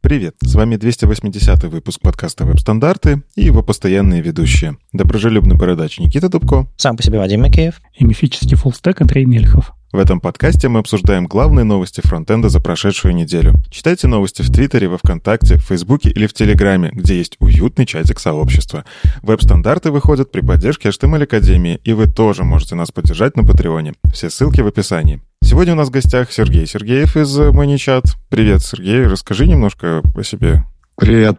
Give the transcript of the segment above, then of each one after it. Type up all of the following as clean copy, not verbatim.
Привет, с вами 280-й выпуск подкаста «Веб-стандарты» и его постоянные ведущие. Доброжелюбный бородач Никита Дубко. Сам по себе Вадим Макеев. И мифический фуллстек Андрей Мельхов. В этом подкасте мы обсуждаем главные новости фронтенда за прошедшую неделю. Читайте новости в Твиттере, во Вконтакте, в Фейсбуке или в Телеграме, где есть уютный чатик сообщества. Веб-стандарты выходят при поддержке HTML Академии, и вы тоже можете нас поддержать на Патреоне. Все ссылки в описании. Сегодня у нас в гостях Сергей Сергеев из ManyChat. Привет, Сергей, расскажи немножко о себе. Привет.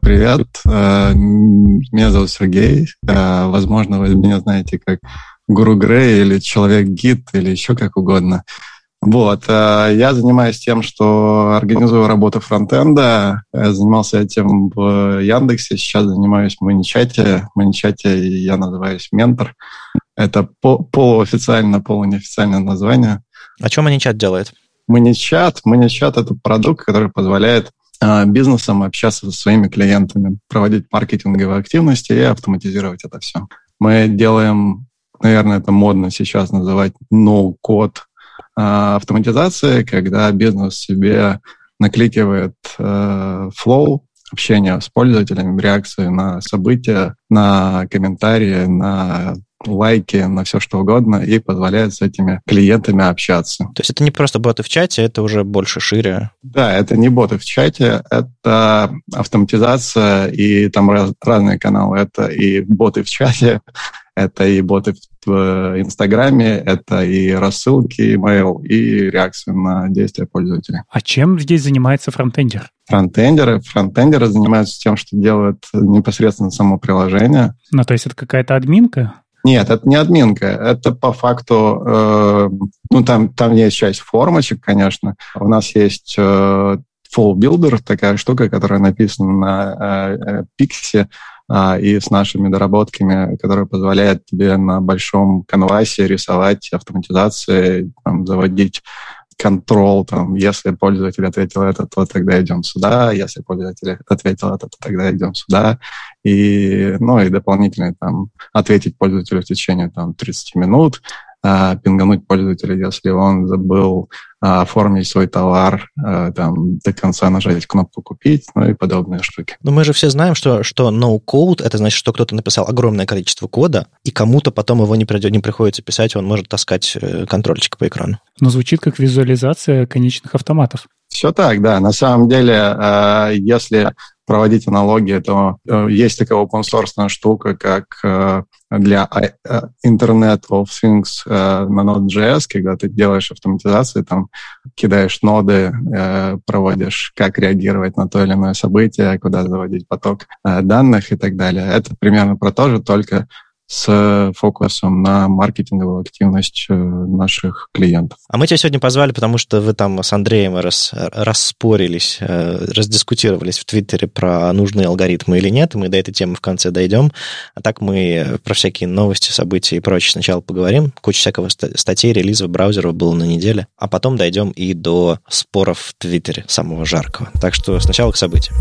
Меня зовут Сергей. Возможно, вы меня знаете как Гуру Грей или Человек-гид или еще как угодно. Я занимаюсь тем, что организую работу фронтенда. Я занимался этим в Яндексе, сейчас занимаюсь в ManyChat. В ManyChat я называюсь ментор. Это полуофициально, полунеофициальное название. А что ManyChat делает? ManyChat — это продукт, который позволяет бизнесам общаться со своими клиентами, проводить маркетинговые активности и автоматизировать это все. Мы делаем, наверное, это модно сейчас называть no-code автоматизацией, когда бизнес себе накликивает флоу общения с пользователями, реакции на события, на комментарии, на лайки, на все что угодно, и позволяет с этими клиентами общаться. То есть это не просто боты в чате, это уже больше шире? Да, это не боты в чате, это автоматизация, и там разные каналы. Это и боты в чате, это и боты в Инстаграме, это и рассылки, имейл, и реакции на действия пользователя. А чем здесь занимается фронтендер? Фронтендеры занимаются тем, что делают непосредственно само приложение. То есть это какая-то админка? Нет, это не админка. Это по факту... там есть часть формочек, конечно. У нас есть Flow Builder, такая штука, которая написана на Pixie, и с нашими доработками, которая позволяет тебе на большом канвасе рисовать автоматизации, заводить контрол, если пользователь ответил это, то тогда идем сюда, если пользователь ответил это, то тогда идем сюда, и дополнительно ответить пользователю в течение 30 минут, пингануть пользователя, если он забыл оформить свой товар, до конца нажать кнопку «Купить», и подобные штуки. Но мы же все знаем, что no-code — это значит, что кто-то написал огромное количество кода, и кому-то потом его не приходится писать, он может таскать контрольчик по экрану. Но звучит как визуализация конечных автоматов. Все так, да. На самом деле, если проводить аналогии, то есть такая open-source штука, как для Internet of Things на Node.js, когда ты делаешь автоматизацию, кидаешь ноды, проводишь, как реагировать на то или иное событие, куда заводить поток данных и так далее. Это примерно про то же, только с фокусом на маркетинговую активность наших клиентов. А мы тебя сегодня позвали, потому что вы там с Андреем расспорились, раздискутировались в Твиттере про нужные алгоритмы или нет, и мы до этой темы в конце дойдем. А так мы про всякие новости, события и прочее сначала поговорим. Куча всякого статей, релизов, браузеров было на неделе, а потом дойдем и до споров в Твиттере, самого жаркого. Так что сначала к событиям.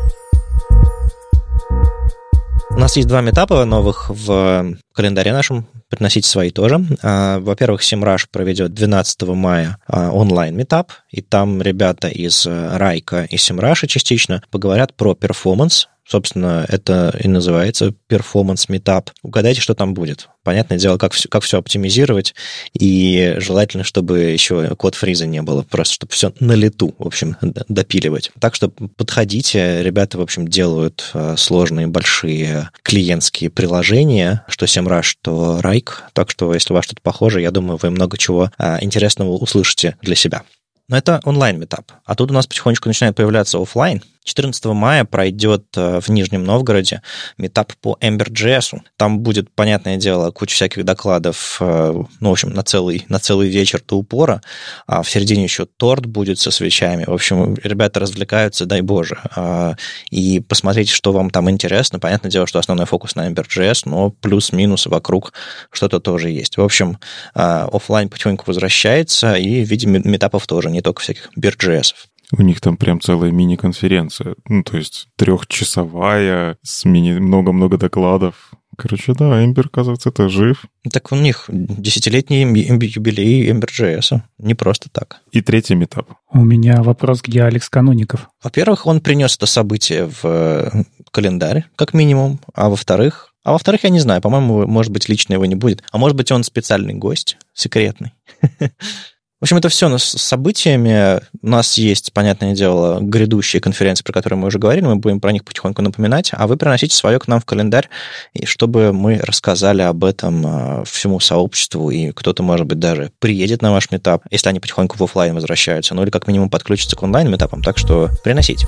У нас есть 2 митапа новых в календаре нашем. Приносите свои тоже. Во-первых, Semrush проведет 12 мая онлайн-митап, и там ребята из Райка и Semrush частично поговорят про перформанс. Собственно, это и называется перформанс-митап. Угадайте, что там будет. Понятное дело, как все оптимизировать, и желательно, чтобы еще код-фриза не было, просто чтобы все на лету, в общем, допиливать. Так что подходите, ребята, в общем, делают сложные, большие клиентские приложения, что Semrush, что Rike, так что, если у вас что-то похоже, я думаю, вы много чего интересного услышите для себя. Но это онлайн-митап. А тут у нас потихонечку начинает появляться офлайн. 14 мая пройдет в Нижнем Новгороде митап по Ember.js. Там будет, понятное дело, куча всяких докладов, в общем, на целый вечер до упора. А в середине еще торт будет со свечами. В общем, ребята развлекаются, дай боже. И посмотрите, что вам там интересно. Понятное дело, что основной фокус на Ember.js, но плюс-минус вокруг что-то тоже есть. В общем, офлайн потихоньку возвращается, и в виде митапов тоже, не только всяких Bear.js. У них там прям целая мини-конференция. То есть 3-часовая, с много-много докладов. Короче, да, Ember, оказывается, это жив. Так у них 10-летний юбилей Ember.js. Не просто так. И 3-й митап. У меня вопрос, где Алекс Кануников? Во-первых, он принес это событие в календарь, как минимум, а во-вторых, я не знаю, по-моему, может быть, лично его не будет, а может быть, он специальный гость, секретный. В общем, это все с событиями. У нас есть, понятное дело, грядущие конференции, про которые мы уже говорили, мы будем про них потихоньку напоминать, а вы приносите свое к нам в календарь, и чтобы мы рассказали об этом всему сообществу, и кто-то, может быть, даже приедет на ваш митап, если они потихоньку в офлайн возвращаются, ну или как минимум подключатся к онлайн-митапам, так что приносите.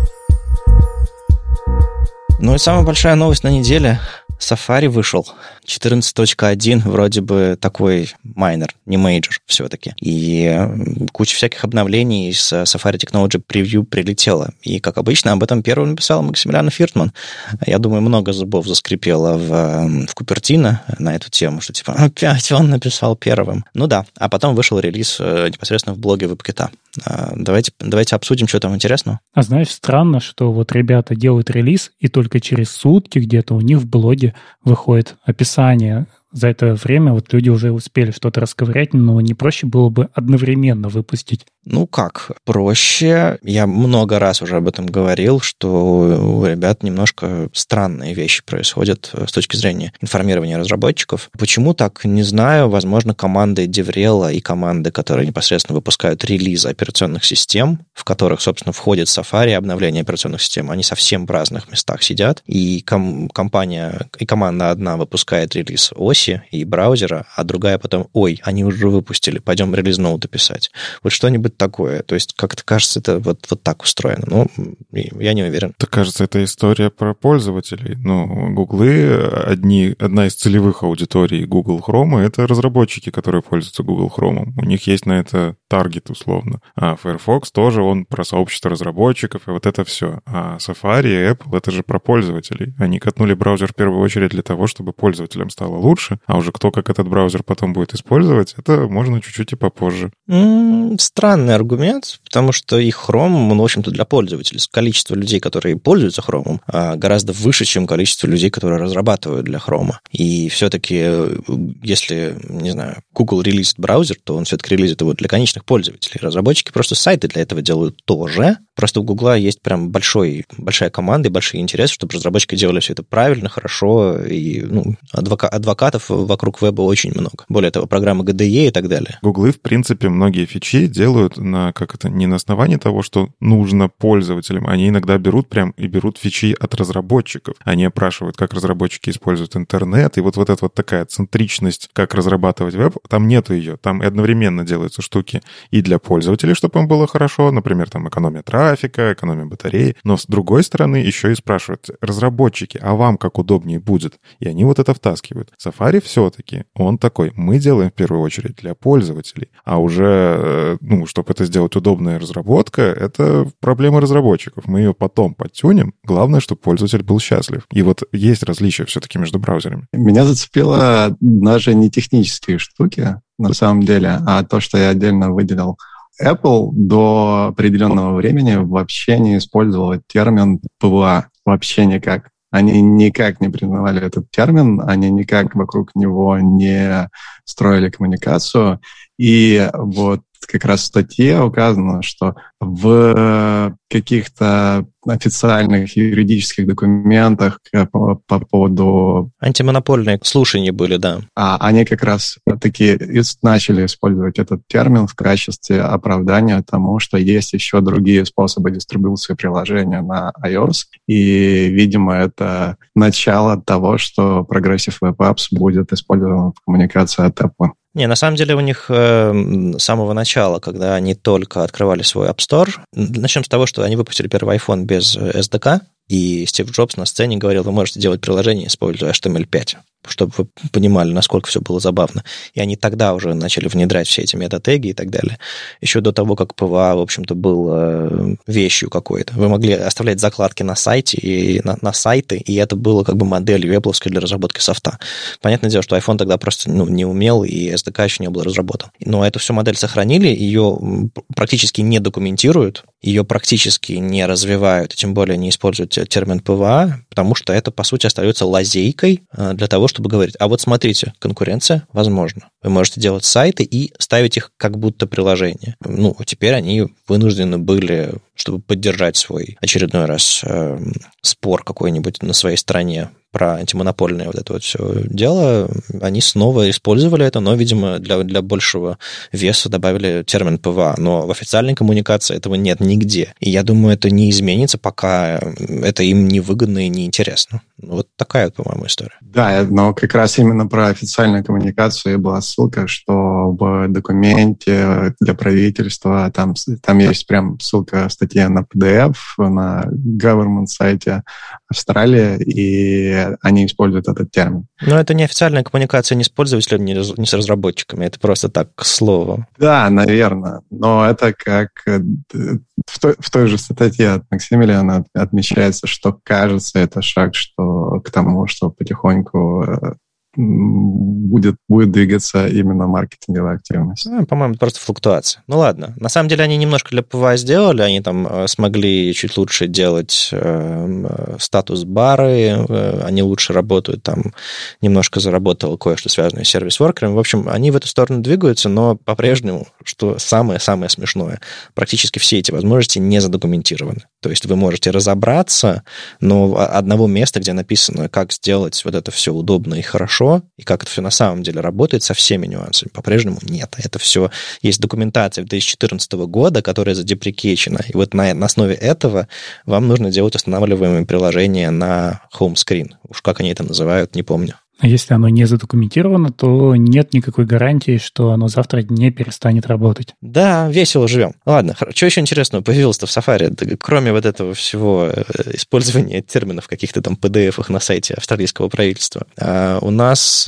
Ну и самая большая новость на неделе. Safari вышел. 14.1, вроде бы такой майнер, не мейджор все-таки. И куча всяких обновлений с Safari Technology Preview прилетела. И, как обычно, об этом первым написал Максимилиан Фиртман. Я думаю, много зубов заскрипело в Купертино на эту тему, что типа опять он написал первым. Ну да, а потом вышел релиз непосредственно в блоге WebKit. Давайте обсудим, что там интересного. А знаешь, странно, что вот ребята делают релиз, и только через сутки где-то у них в блоге выходит описание. За это время вот люди уже успели что-то расковырять, но не проще было бы одновременно выпустить? Ну как, проще. Я много раз уже об этом говорил, что у ребят немножко странные вещи происходят с точки зрения информирования разработчиков. Почему так, не знаю. Возможно, команды DevRel и команды, которые непосредственно выпускают релизы операционных систем, в которых, собственно, входит Safari, обновление операционных систем, они совсем в разных местах сидят. И компания, и команда одна выпускает релиз оси и браузера, а другая потом, они уже выпустили, пойдем релиз-ноуты писать. Вот что-нибудь такое. То есть, как-то кажется, это вот так устроено. Но я не уверен. Так кажется, это история про пользователей. Ну, Гуглы, одна из целевых аудиторий Google Chrome, это разработчики, которые пользуются Google Chrome. У них есть на это таргет, условно. А Firefox тоже, он про сообщество разработчиков, и вот это все. А Safari и Apple, это же про пользователей. Они катнули браузер в первую очередь для того, чтобы пользователям стало лучше, а уже кто как этот браузер потом будет использовать, это можно чуть-чуть и попозже. Странный аргумент, потому что и Chrome, в общем-то, для пользователей. Количество людей, которые пользуются Chrome, гораздо выше, чем количество людей, которые разрабатывают для Chrome. И все-таки, если, не знаю, Google релизит браузер, то он все-таки релизит его для конечных пользователей. Разработчики просто сайты для этого делают тоже. Просто у Google есть прям большая команда и большой интерес, чтобы разработчики делали все это правильно, хорошо, и адвокатов вокруг веба очень много. Более того, программы GDE и так далее. Гуглы, в принципе, многие фичи делают не на основании того, что нужно пользователям. Они иногда берут фичи от разработчиков. Они опрашивают, как разработчики используют интернет, и вот эта вот такая центричность, как разрабатывать веб, там нету ее. Там и одновременно делаются штуки и для пользователей, чтобы им было хорошо, например, там экономия трафика, экономия батареи, но с другой стороны еще и спрашивают разработчики, а вам как удобнее будет? И они вот это втаскивают. Safari все-таки, он такой, мы делаем в первую очередь для пользователей, а уже, чтобы это сделать удобная разработка, это проблема разработчиков. Мы ее потом подтюнем. Главное, чтобы пользователь был счастлив. И вот есть различия все-таки между браузерами. Меня зацепило даже не технические штуки, на самом деле, а то, что я отдельно выделил. Apple до определенного времени вообще не использовала термин PWA. Вообще никак. Они никак не признавали этот термин, они никак вокруг него не строили коммуникацию. И вот как раз в статье указано, что в каких-то официальных юридических документах по поводу... Антимонопольные слушания были, да. Они как раз таки начали использовать этот термин в качестве оправдания тому, что есть еще другие способы дистрибуции приложения на iOS. И, видимо, это начало того, что Progressive Web Apps будет использован в коммуникации от Apple. Не, на самом деле у них с самого начала, когда они только открывали свой App Store, начнем с того, что они выпустили первый iPhone без SDK, и Стив Джобс на сцене говорил, вы можете делать приложение, используя HTML5, чтобы вы понимали, насколько все было забавно. И они тогда уже начали внедрять все эти метатеги и так далее. Еще до того, как PWA, в общем-то, был вещью какой-то. Вы могли оставлять закладки на сайте и на сайты, и это было как бы моделью Apple для разработки софта. Понятное дело, что iPhone тогда просто не умел, и SDK еще не был разработан. Но эту всю модель сохранили, ее практически не документируют, ее практически не развивают, тем более не используют термин ПВА, потому что это, по сути, остается лазейкой для того, чтобы говорить, а вот смотрите, конкуренция возможна. Вы можете делать сайты и ставить их как будто приложение. Ну, теперь они вынуждены были, чтобы поддержать свой очередной раз спор какой-нибудь на своей стороне про антимонопольное вот это вот все дело, они снова использовали это, но, видимо, для большего веса добавили термин ПВА. Но в официальной коммуникации этого нет нигде. И я думаю, это не изменится, пока это им не выгодно и не интересно. Вот такая, по-моему, история. Да, но как раз именно про официальную коммуникацию была ссылка, что в документе для правительства там есть прям ссылка, статья на PDF, на government сайте Австралии, и они используют этот термин. Но это не официальная коммуникация ни с пользователем, ни с разработчиками. Это просто так, к слову. Да, наверное. Но это как в той же статье от Максимилиана отмечается, что кажется, это шаг к тому, что потихоньку будет двигаться именно маркетинговая активность. По-моему, это просто флуктуация. Ну ладно. На самом деле они немножко для ПВА сделали, они там смогли чуть лучше делать статус-бары, они лучше работают, там немножко заработало кое-что связанное с сервис-воркерами. В общем, они в эту сторону двигаются, но по-прежнему, что самое-самое смешное, практически все эти возможности не задокументированы. То есть вы можете разобраться, но одного места, где написано, как сделать вот это все удобно и хорошо, и как это все на самом деле работает со всеми нюансами, по-прежнему нет. Это все есть документация 2014 года, которая задеприкейчена. И вот на основе этого вам нужно делать устанавливаемые приложения на хоум-скрин. Уж как они это называют, не помню. А если оно не задокументировано, то нет никакой гарантии, что оно завтра не перестанет работать. Да, весело живем. Ладно, что еще интересного появилось-то в Safari? Кроме вот этого всего использования терминов каких-то там PDF-ах на сайте австралийского правительства, у нас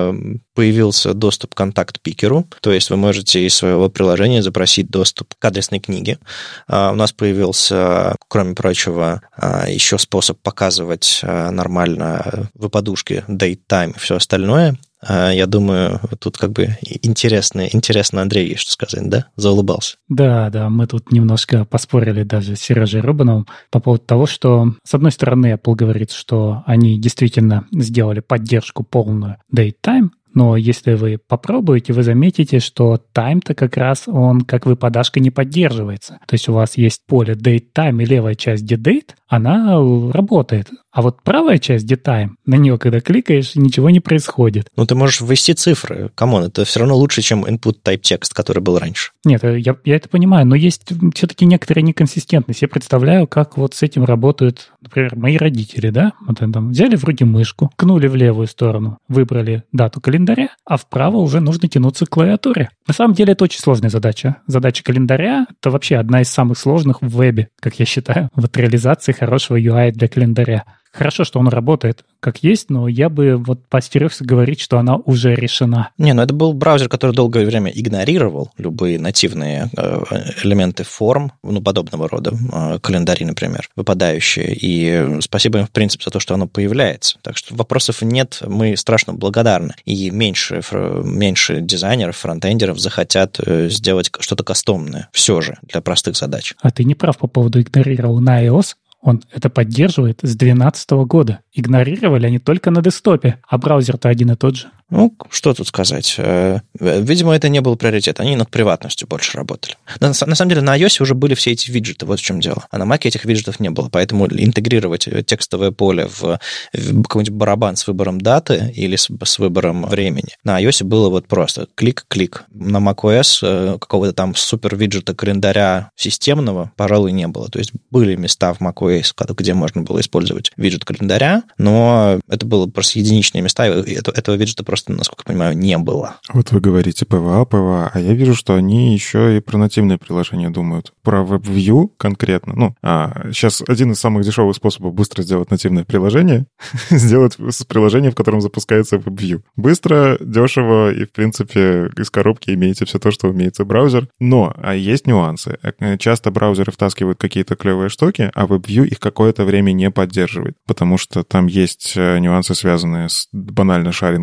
появился доступ к контакт-пикеру, то есть вы можете из своего приложения запросить доступ к адресной книге. У нас появился, кроме прочего, еще способ показывать нормально в подушке date time и все остальное. Я думаю, тут как бы интересно, Андрей, есть что сказать, да? Заулыбался. Да, мы тут немножко поспорили даже с Сережей Рубановым по поводу того, что, с одной стороны, Apple говорит, что они действительно сделали поддержку полную date time, но если вы попробуете, вы заметите, что time-то как раз он, как выпадашка, не поддерживается. То есть у вас есть поле date time и левая часть date, она работает. А вот правая часть DTime, на нее, когда кликаешь, ничего не происходит. Ну, ты можешь ввести цифры. Камон, это все равно лучше, чем input type text, который был раньше. Нет, я это понимаю, но есть все-таки некоторая неконсистентность. Я представляю, как вот с этим работают, например, мои родители, да? Вот они там взяли вроде мышку, ткнули в левую сторону, выбрали дату календаря, а вправо уже нужно тянуться к клавиатуре. На самом деле это очень сложная задача. Задача календаря — это вообще одна из самых сложных в вебе, как я считаю, вот реализации хорошего UI для календаря. Хорошо, что он работает как есть, но я бы вот поостерегся говорить, что она уже решена. Не, ну это был браузер, который долгое время игнорировал любые нативные элементы форм, ну, подобного рода, календари, например, выпадающие. И спасибо им, в принципе, за то, что оно появляется. Так что вопросов нет, мы страшно благодарны. И меньше дизайнеров, фронтендеров захотят сделать что-то кастомное все же для простых задач. А ты не прав по поводу игнорировал на iOS. Он это поддерживает с 2012 года. Игнорировали они только на десктопе, а браузер-то один и тот же. Ну, что тут сказать? Видимо, это не был приоритет. Они над приватностью больше работали. На самом деле, на iOS уже были все эти виджеты, вот в чем дело. А на Mac этих виджетов не было. Поэтому интегрировать текстовое поле в какой-нибудь барабан с выбором даты или с выбором времени на iOS было вот просто клик-клик. На macOS какого-то там супер-виджета календаря системного, пожалуй, не было. То есть были места в macOS, где можно было использовать виджет календаря, но это было просто единичные места, и этого виджета просто, насколько я понимаю, не было. Вот вы говорите ПВА, а я вижу, что они еще и про нативные приложения думают. Про WebView конкретно. Сейчас один из самых дешевых способов быстро сделать нативное приложение — сделать приложение, в котором запускается WebView. Быстро, дешево, и, в принципе, из коробки имеете все то, что умеет браузер. Но есть нюансы. Часто браузеры втаскивают какие-то клевые штуки, а WebView их какое-то время не поддерживает, потому что там есть нюансы, связанные с банально шарингом куки,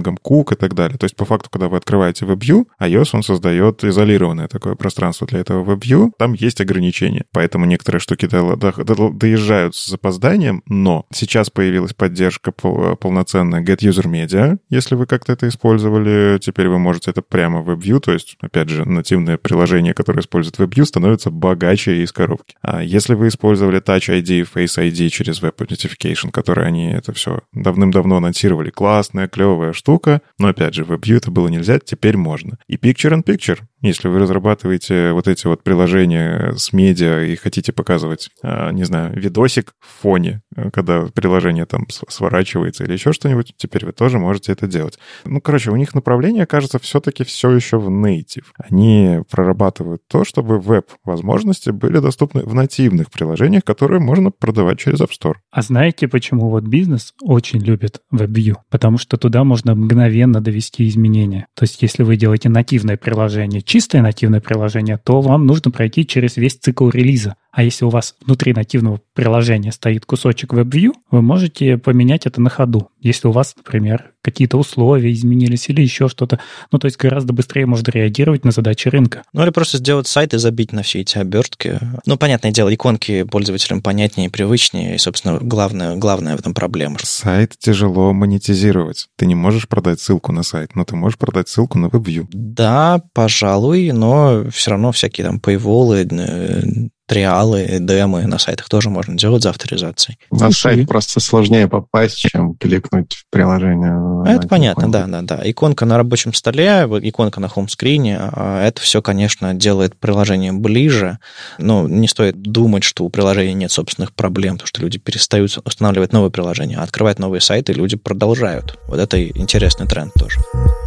звук и так далее. То есть, по факту, когда вы открываете WebView, iOS, он создает изолированное такое пространство для этого WebView. Там есть ограничения, поэтому некоторые штуки доезжают с запозданием, но сейчас появилась поддержка полноценная Get User Media. Если вы как-то это использовали, теперь вы можете это прямо в WebView, то есть, опять же, нативное приложение, которое использует WebView, становится богаче из коробки. А если вы использовали Touch ID, Face ID через Web Notification, которые они это все давным-давно анонсировали, классная, клевая штука, но, опять же, в WebView это было нельзя, теперь можно. И Picture-in-Picture. Если вы разрабатываете вот эти вот приложения с медиа и хотите показывать, не знаю, видосик в фоне, когда приложение там сворачивается или еще что-нибудь, теперь вы тоже можете это делать. Ну, короче, у них направление, кажется, все-таки все еще в native. Они прорабатывают то, чтобы веб-возможности были доступны в нативных приложениях, которые можно продавать через App Store. А знаете, почему вот бизнес очень любит WebView? Потому что туда можно мгновенно довести изменения. То есть, если вы делаете нативное приложение, чистое нативное приложение, то вам нужно пройти через весь цикл релиза. А если у вас внутри нативного приложения стоит кусочек WebView, вы можете поменять это на ходу. Если у вас, например, какие-то условия изменились или еще что-то. Ну, то есть гораздо быстрее можно реагировать на задачи рынка. Ну, или просто сделать сайт и забить на все эти обертки. Ну, понятное дело, иконки пользователям понятнее и привычнее, и, собственно, главная в этом проблема. Сайт тяжело монетизировать. Ты не можешь продать ссылку на сайт, но ты можешь продать ссылку на WebView. Да, пожалуй, но все равно всякие там paywall, триалы, демы на сайтах тоже можно делать за авторизацией. На сайт просто сложнее попасть, чем кликнуть в приложение. Это понятно, да. Иконка на рабочем столе, иконка на хоум-скрине, это все, конечно, делает приложение ближе, но не стоит думать, что у приложения нет собственных проблем, потому что люди перестают устанавливать новые приложения, а открывать новые сайты люди продолжают. Вот это интересный тренд тоже.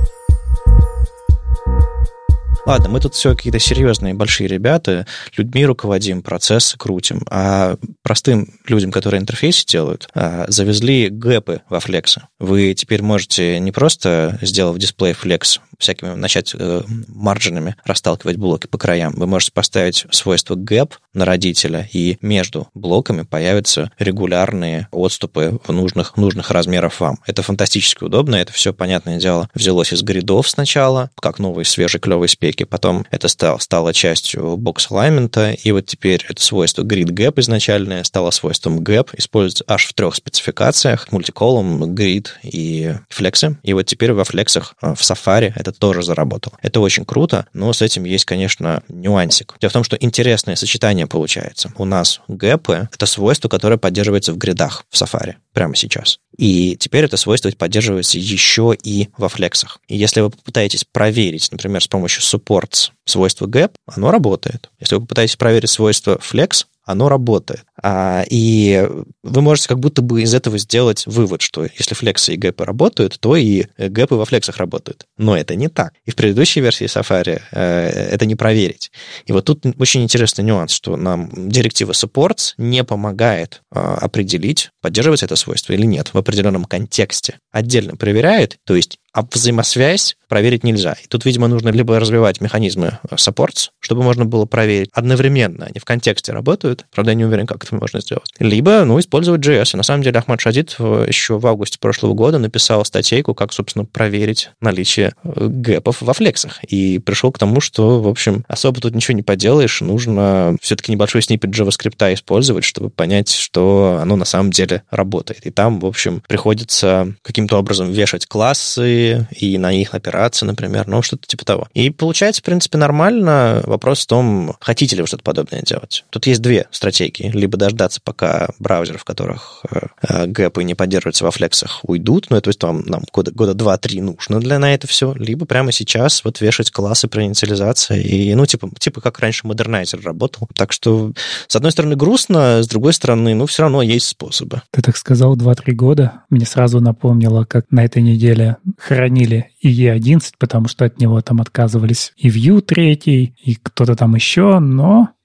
Ладно, мы тут все какие-то серьезные, большие ребята, людьми руководим, процессы крутим, а простым людям, которые интерфейсы делают, завезли гэпы во флексы. Вы теперь можете не просто, сделав дисплей флекс, всякими начать марджинами расталкивать блоки по краям, вы можете поставить свойство гэп на родителя, и между блоками появятся регулярные отступы в нужных размеров вам. Это фантастически удобно, это все, понятное дело, взялось из гридов сначала, как новые свежие клевые спеки, потом это стало частью бокс-алайнмента, и вот теперь это свойство grid-gap изначальное стало свойством gap, используется аж в 3 спецификациях: мультиколум, grid и флексы. И вот теперь во флексах в Safari это тоже заработало. Это очень круто, но с этим есть, конечно, нюансик. Дело в том, что интересное сочетание получается. У нас гэпы — это свойство, которое поддерживается в гридах в Safari прямо сейчас. И теперь это свойство поддерживается еще и во флексах. И если вы попытаетесь проверить, например, с помощью supports свойство gap, оно работает. Если вы попытаетесь проверить свойство flex, оно работает. И вы можете как будто бы из этого сделать вывод, что если флексы и гэпы работают, то и гэпы во флексах работают. Но это не так. И в предыдущей версии Safari это не проверить. И вот тут очень интересный нюанс, что нам директива supports не помогает определить, поддерживается это свойство или нет в определенном контексте. Отдельно проверяет, то есть взаимосвязь проверить нельзя. И тут, видимо, нужно либо развивать механизмы supports, чтобы можно было проверить одновременно, они в контексте работают, правда, я не уверен, как это можно сделать. Либо, использовать JS. И на самом деле Ахмад Шадид еще в августе прошлого года написал статейку, как, собственно, проверить наличие гэпов во флексах. И пришел к тому, что, в общем, особо тут ничего не поделаешь, нужно все-таки небольшой сниппет JavaScript использовать, чтобы понять, что оно на самом деле работает. И там, в общем, приходится каким-то образом вешать классы и на них опираться, например, что-то типа того. И получается, в принципе, нормально. Вопрос в том, хотите ли вы что-то подобное делать. Тут есть 2 стратегии. Либо дождаться, пока браузеры, в которых гэпы не поддерживаются во флексах, уйдут, то есть там нам года 2-3 нужно на это все, либо прямо сейчас вешать классы про инициализацию, и, типа как раньше модернайзер работал. Так что, с одной стороны, грустно, с другой стороны, все равно есть способы. Ты так сказал, 2-3 года. Мне сразу напомнило, как на этой неделе хоронили и E11, потому что от него там отказывались и Vue 3, и кто-то там еще, но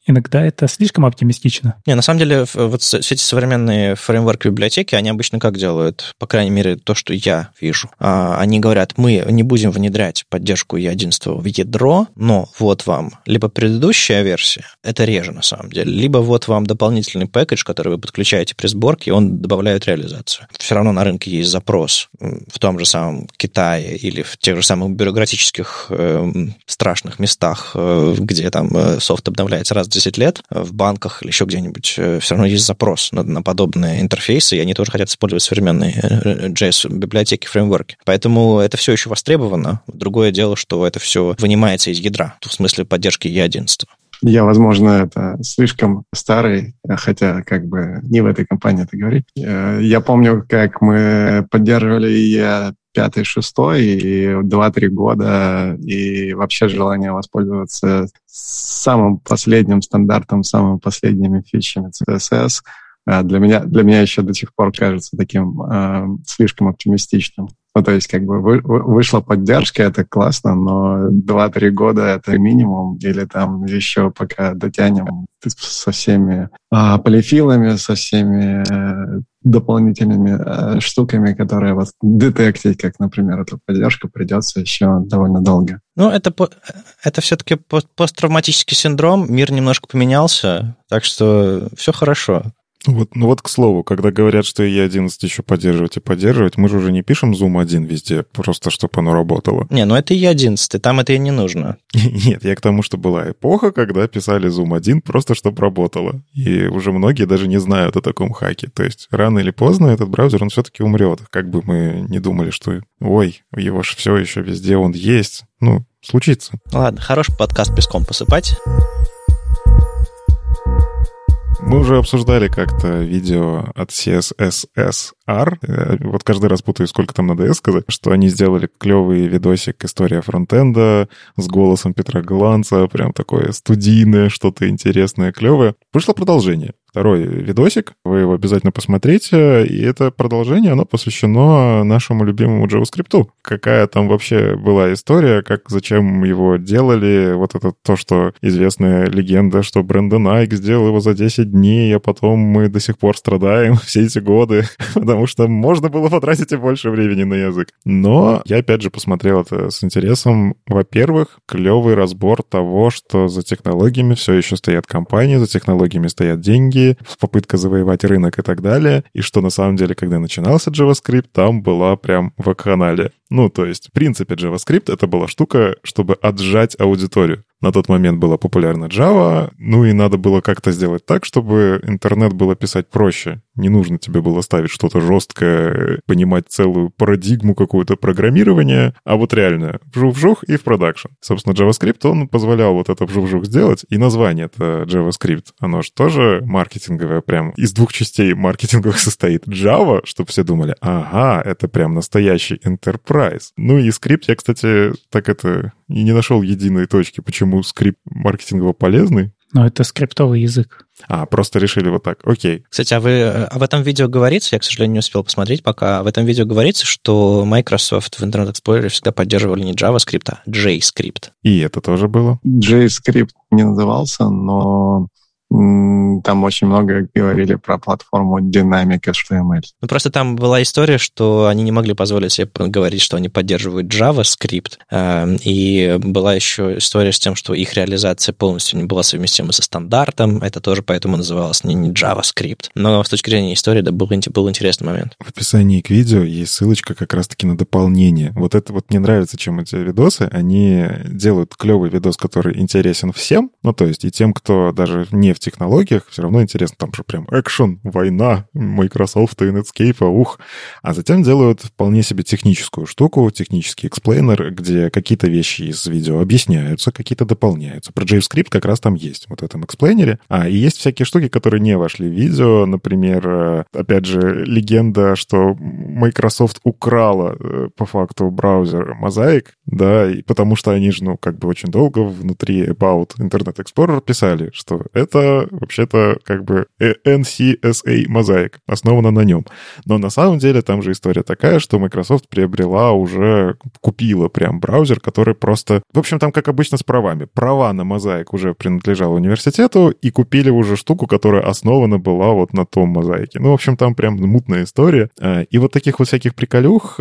иногда это слишком оптимистично. Не, на самом деле, вот все эти современные фреймворк-библиотеки, они обычно как делают? По крайней мере, то, что я вижу. Они говорят, мы не будем внедрять поддержку E11 в ядро, но вот вам либо предыдущая версия, это реже на самом деле, либо вот вам дополнительный пэкэдж, который вы подключаете при сборке, и он добавляет реализацию. Все равно на рынке есть запрос в том же самом Китае или в тех же самых бюрократических страшных местах, где там софт обновляется раз в 10 лет, в банках или еще где-нибудь, все равно есть запрос на подобные интерфейсы, и они тоже хотят использовать современные JS-библиотеки, фреймворки. Поэтому это все еще востребовано. Другое дело, что это все вынимается из ядра, в смысле поддержки E11. Я, возможно, это слишком старый, хотя как бы не в этой компании это говорить. Я помню, как мы поддерживали E5, 6 и 2-3 года, и вообще желание воспользоваться самым последним стандартом, самыми последними фичами CSS для меня еще до сих пор кажется таким слишком оптимистичным. Ну, то есть, как бы вышла поддержка, это классно, но 2-3 года это минимум, или там еще пока дотянем со всеми полифилами, со всеми дополнительными штуками, которые вас детектить, как, например, эту поддержку, придется еще довольно долго. Ну, это все-таки посттравматический синдром, мир немножко поменялся, так что все хорошо. Вот, к слову, когда говорят, что E11 еще поддерживать, мы же уже не пишем Zoom 1 везде, просто чтобы оно работало. Не, ну это E11, там это и не нужно. Нет, я к тому, что была эпоха, когда писали Zoom 1 просто чтобы работало. И уже многие даже не знают о таком хаке. То есть рано или поздно этот браузер, он все-таки умрет. Как бы мы не думали, что ой, его же все еще везде он есть. Ну, случится. Ладно, хороший подкаст песком посыпать. Мы уже обсуждали как-то видео от CSSR. Вот каждый раз путаю, сколько там надо S сказать, что они сделали клевый видосик «История фронтенда» с голосом Петра Гланца, прям такое студийное, что-то интересное, клевое. Вышло продолжение. Второй видосик, вы его обязательно посмотрите, и это продолжение, оно посвящено нашему любимому JavaScript. Какая там вообще была история, зачем его делали, вот это то, что известная легенда, что Брэндон Айк сделал его за 10 дней, а потом мы до сих пор страдаем все эти годы, потому что можно было потратить и больше времени на язык. Но я, опять же, посмотрел это с интересом. Во-первых, клевый разбор того, что за технологиями все еще стоят компании, за технологиями стоят деньги, попытка завоевать рынок и так далее, и что на самом деле, когда начинался JavaScript, там была прям вакханалия. Ну, то есть, в принципе, JavaScript — это была штука, чтобы отжать аудиторию. На тот момент была популярна Java, ну и надо было как-то сделать так, чтобы интернет было писать проще. Не нужно тебе было ставить что-то жесткое, понимать целую парадигму какое-то программирования, а вот реально вжух-вжух и в продакшн. Собственно, JavaScript, он позволял вот это вжух-вжух сделать, и название это JavaScript, оно же тоже маркетинговое, прям из двух частей маркетинговых состоит. Java, чтобы все думали, ага, это прям настоящий enterprise. Ну и скрипт, я, кстати, так это и не нашел единой точки, почему скрипт маркетингово полезный. Но это скриптовый язык. Просто решили вот так, окей. Кстати, в этом видео говорится, я, к сожалению, не успел посмотреть пока, в этом видео говорится, что Microsoft в Internet Explorer всегда поддерживали не JavaScript, а JScript. И это тоже было? JScript не назывался, но там очень много говорили про платформу Dynamic HTML. Ну, просто там была история, что они не могли позволить себе говорить, что они поддерживают JavaScript, и была еще история с тем, что их реализация полностью не была совместима со стандартом, это тоже поэтому называлось не JavaScript. Но с точки зрения истории, да, был интересный момент. В описании к видео есть ссылочка как раз-таки на дополнение. Вот это вот мне нравится, чем эти видосы. Они делают клевый видос, который интересен всем, ну, то есть и тем, кто даже не в технологиях, все равно интересно, там же прям экшен, война, Microsoft и Netscape, А затем делают вполне себе техническую штуку, технический эксплейнер, где какие-то вещи из видео объясняются, какие-то дополняются. Про JavaScript как раз там есть, вот в этом эксплейнере. И есть всякие штуки, которые не вошли в видео, например, опять же, легенда, что Microsoft украла по факту браузер Mosaic, да, и потому что они же, очень долго внутри About Internet Explorer писали, что это вообще-то это как бы NCSA Mosaic, основана на нем. Но на самом деле там же история такая, что Microsoft купила прям браузер, который просто... В общем, там, как обычно, с правами. Права на Mosaic уже принадлежало университету, и купили уже штуку, которая основана была вот на том Mosaic. Ну, в общем, там прям мутная история. И вот таких вот всяких приколюх,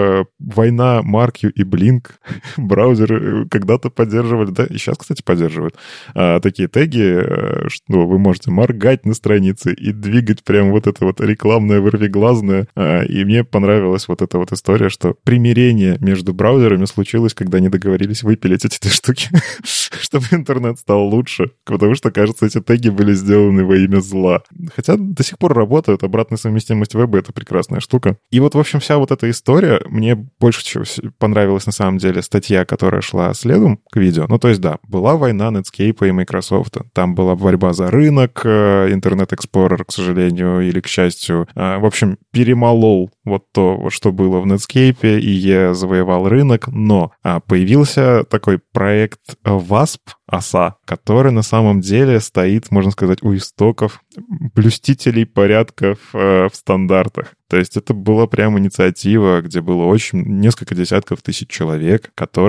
война Mark и Blink, браузеры когда-то поддерживали, да, и сейчас, кстати, поддерживают такие теги, что вы можете моргать на странице и двигать прям вот это вот рекламное вырвиглазное. И мне понравилась вот эта вот история, что примирение между браузерами случилось, когда они договорились выпилить эти две штуки, чтобы интернет стал лучше, потому что, кажется, эти теги были сделаны во имя зла. Хотя до сих пор работают, обратная совместимость веба — это прекрасная штука. И вот, в общем, вся вот эта история, мне больше всего понравилась на самом деле статья, которая шла следом к видео. Ну, то есть, да, была война Netscape и Microsoft. Там была борьба за рынок, Internet Explorer, к сожалению, или к счастью, в общем, перемолол вот то, вот что было в Netscape, и завоевал рынок, но появился такой проект WASP, ОСА, который на самом деле стоит, можно сказать, у истоков блюстителей порядков в стандартах. То есть это была прям инициатива, где было несколько десятков тысяч человек,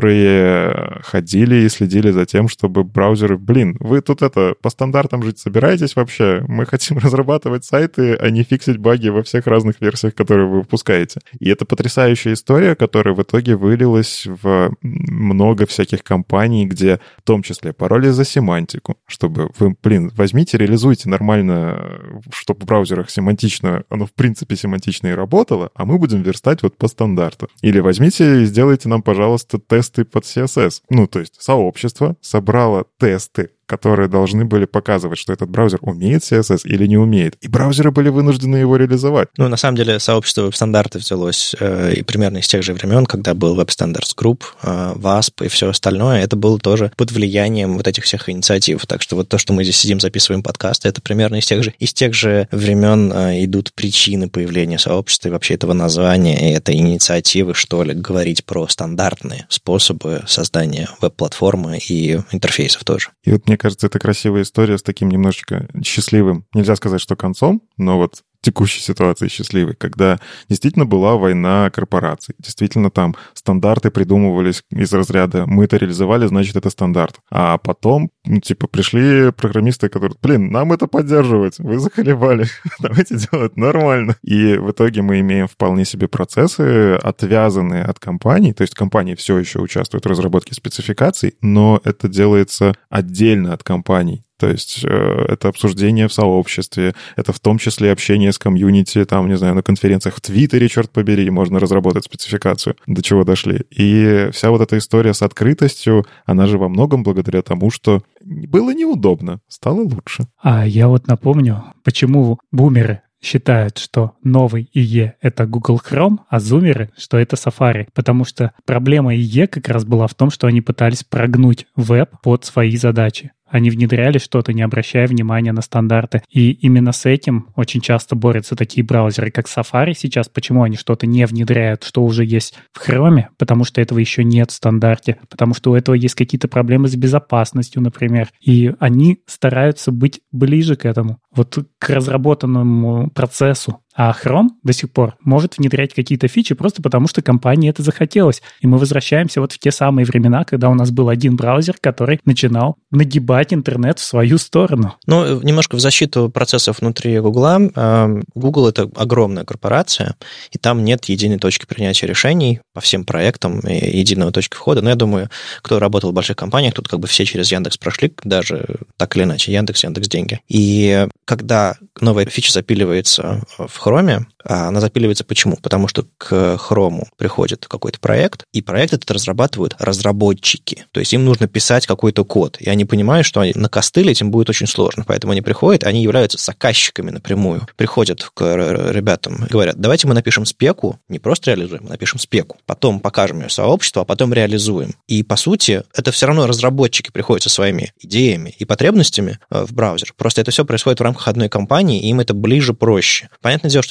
которые ходили и следили за тем, чтобы браузеры... Вы тут по стандартам жить собираетесь вообще? Мы хотим разрабатывать сайты, а не фиксить баги во всех разных версиях, которые вы выпускаете. И это потрясающая история, которая в итоге вылилась в много всяких компаний, где в том числе пароли за семантику, чтобы вы, возьмите, реализуйте нормально, чтобы в браузерах семантично, оно в принципе семантично и работало, а мы будем верстать вот по стандарту. Или возьмите и сделайте нам, пожалуйста, тесты под CSS. Ну, то есть сообщество собрало тесты, которые должны были показывать, что этот браузер умеет CSS или не умеет. И браузеры были вынуждены его реализовать. Ну, на самом деле, сообщество веб-стандарты взялось и примерно из тех же времен, когда был Web Standards Group, WASP и все остальное. Это было тоже под влиянием вот этих всех инициатив. Так что вот то, что мы здесь сидим, записываем подкасты, это примерно из тех же времен идут причины появления сообщества и вообще этого названия, и этой инициативы, что ли, говорить про стандартные способы создания веб-платформы и интерфейсов тоже. И вот мне кажется, это красивая история с таким немножечко счастливым, нельзя сказать, что концом, но вот текущей ситуации счастливой, когда действительно была война корпораций. Действительно там стандарты придумывались из разряда «мы это реализовали, значит, это стандарт». А потом, пришли программисты, которые нам это поддерживать, вы заколебали, давайте делать нормально. И в итоге мы имеем вполне себе процессы, отвязанные от компаний, то есть компании все еще участвуют в разработке спецификаций, но это делается отдельно от компаний. То есть это обсуждение в сообществе, это в том числе общение с комьюнити, там, не знаю, на конференциях в Твиттере, черт побери, можно разработать спецификацию, до чего дошли. И вся вот эта история с открытостью, она же во многом благодаря тому, что было неудобно, стало лучше. А я вот напомню, почему бумеры считают, что новый IE — это Google Chrome, а зумеры, что это Safari. Потому что проблема IE как раз была в том, что они пытались прогнуть веб под свои задачи. Они внедряли что-то, не обращая внимания на стандарты. И именно с этим очень часто борются такие браузеры, как Safari сейчас. Почему они что-то не внедряют, что уже есть в Chrome? Потому что этого еще нет в стандарте. Потому что у этого есть какие-то проблемы с безопасностью, например. И они стараются быть ближе к этому, вот к разработанному процессу. А Chrome до сих пор может внедрять какие-то фичи просто потому, что компании это захотелось. И мы возвращаемся вот в те самые времена, когда у нас был один браузер, который начинал нагибать интернет в свою сторону. Ну, немножко в защиту процессов внутри Гугла. Google — это огромная корпорация, и там нет единой точки принятия решений по всем проектам, и единого точки входа. Но я думаю, кто работал в больших компаниях, тут как бы все через Яндекс прошли, даже так или иначе, Яндекс.Деньги. И когда новая фича запиливается в Chrome, она запиливается почему? Потому что к Chrome приходит какой-то проект, и проект этот разрабатывают разработчики. То есть им нужно писать какой-то код, и они понимают, что накостылить им будет очень сложно. Поэтому они приходят, они являются заказчиками напрямую. Приходят к ребятам и говорят, давайте мы напишем спеку, не просто реализуем, мы напишем спеку, потом покажем ее сообществу, а потом реализуем. И, по сути, это все равно разработчики приходят со своими идеями и потребностями в браузер. Просто это все происходит в рамках одной компании, и им это ближе, проще. Понятное дело, что ситуация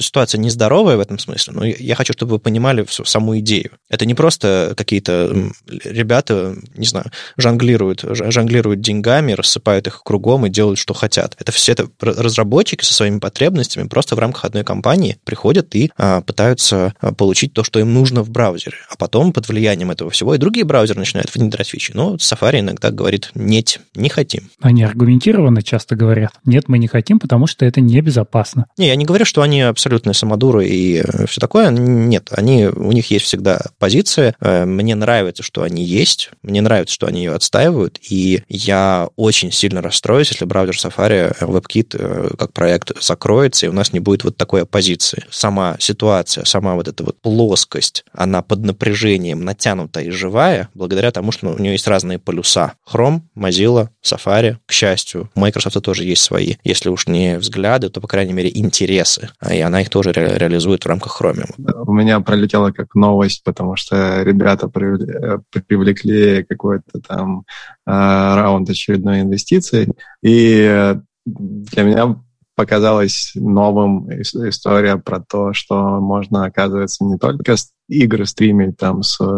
нездоровое в этом смысле, но я хочу, чтобы вы понимали саму идею. Это не просто какие-то ребята, не знаю, жонглируют деньгами, рассыпают их кругом и делают, что хотят. Это все это разработчики со своими потребностями просто в рамках одной компании приходят и пытаются получить то, что им нужно в браузере. А потом под влиянием этого всего и другие браузеры начинают внедрять фичи. Но Safari иногда говорит: нет, не хотим. Они аргументированно часто говорят: нет, мы не хотим, потому что это небезопасно. Не, я не говорю, что они абсолютные самодуры и все такое. Нет, у них есть всегда позиция. Мне нравится, что они есть. Мне нравится, что они ее отстаивают. И я очень сильно расстроюсь, если браузер Safari, WebKit как проект закроется, и у нас не будет вот такой оппозиции. Сама ситуация, сама вот эта вот плоскость, она под напряжением натянутая и живая, благодаря тому, что у нее есть разные полюса. Chrome, Mozilla, Safari. К счастью, у Microsoft тоже есть свои. Если уж не взгляды, то, по крайней мере, интересы. И она их тоже реализует в рамках Chromium. У меня пролетело как новость, потому что ребята привлекли какой-то там раунд очередной инвестиций. И для меня показалась новым история про то, что можно, оказывается, не только игры стримить там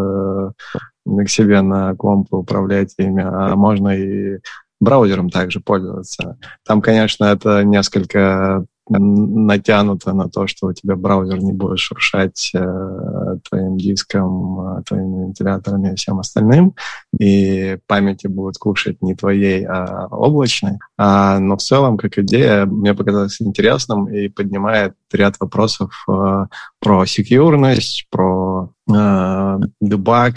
к себе на комп управлять ими, а можно и браузером также пользоваться. Там, конечно, это несколько натянуто на то, что у тебя браузер не будет шуршать твоим диском, твоими вентиляторами и всем остальным, и памяти будут кушать не твоей, а облачной. Но в целом, как идея, мне показалось интересным и поднимает ряд вопросов про секьюрность, про дебаг,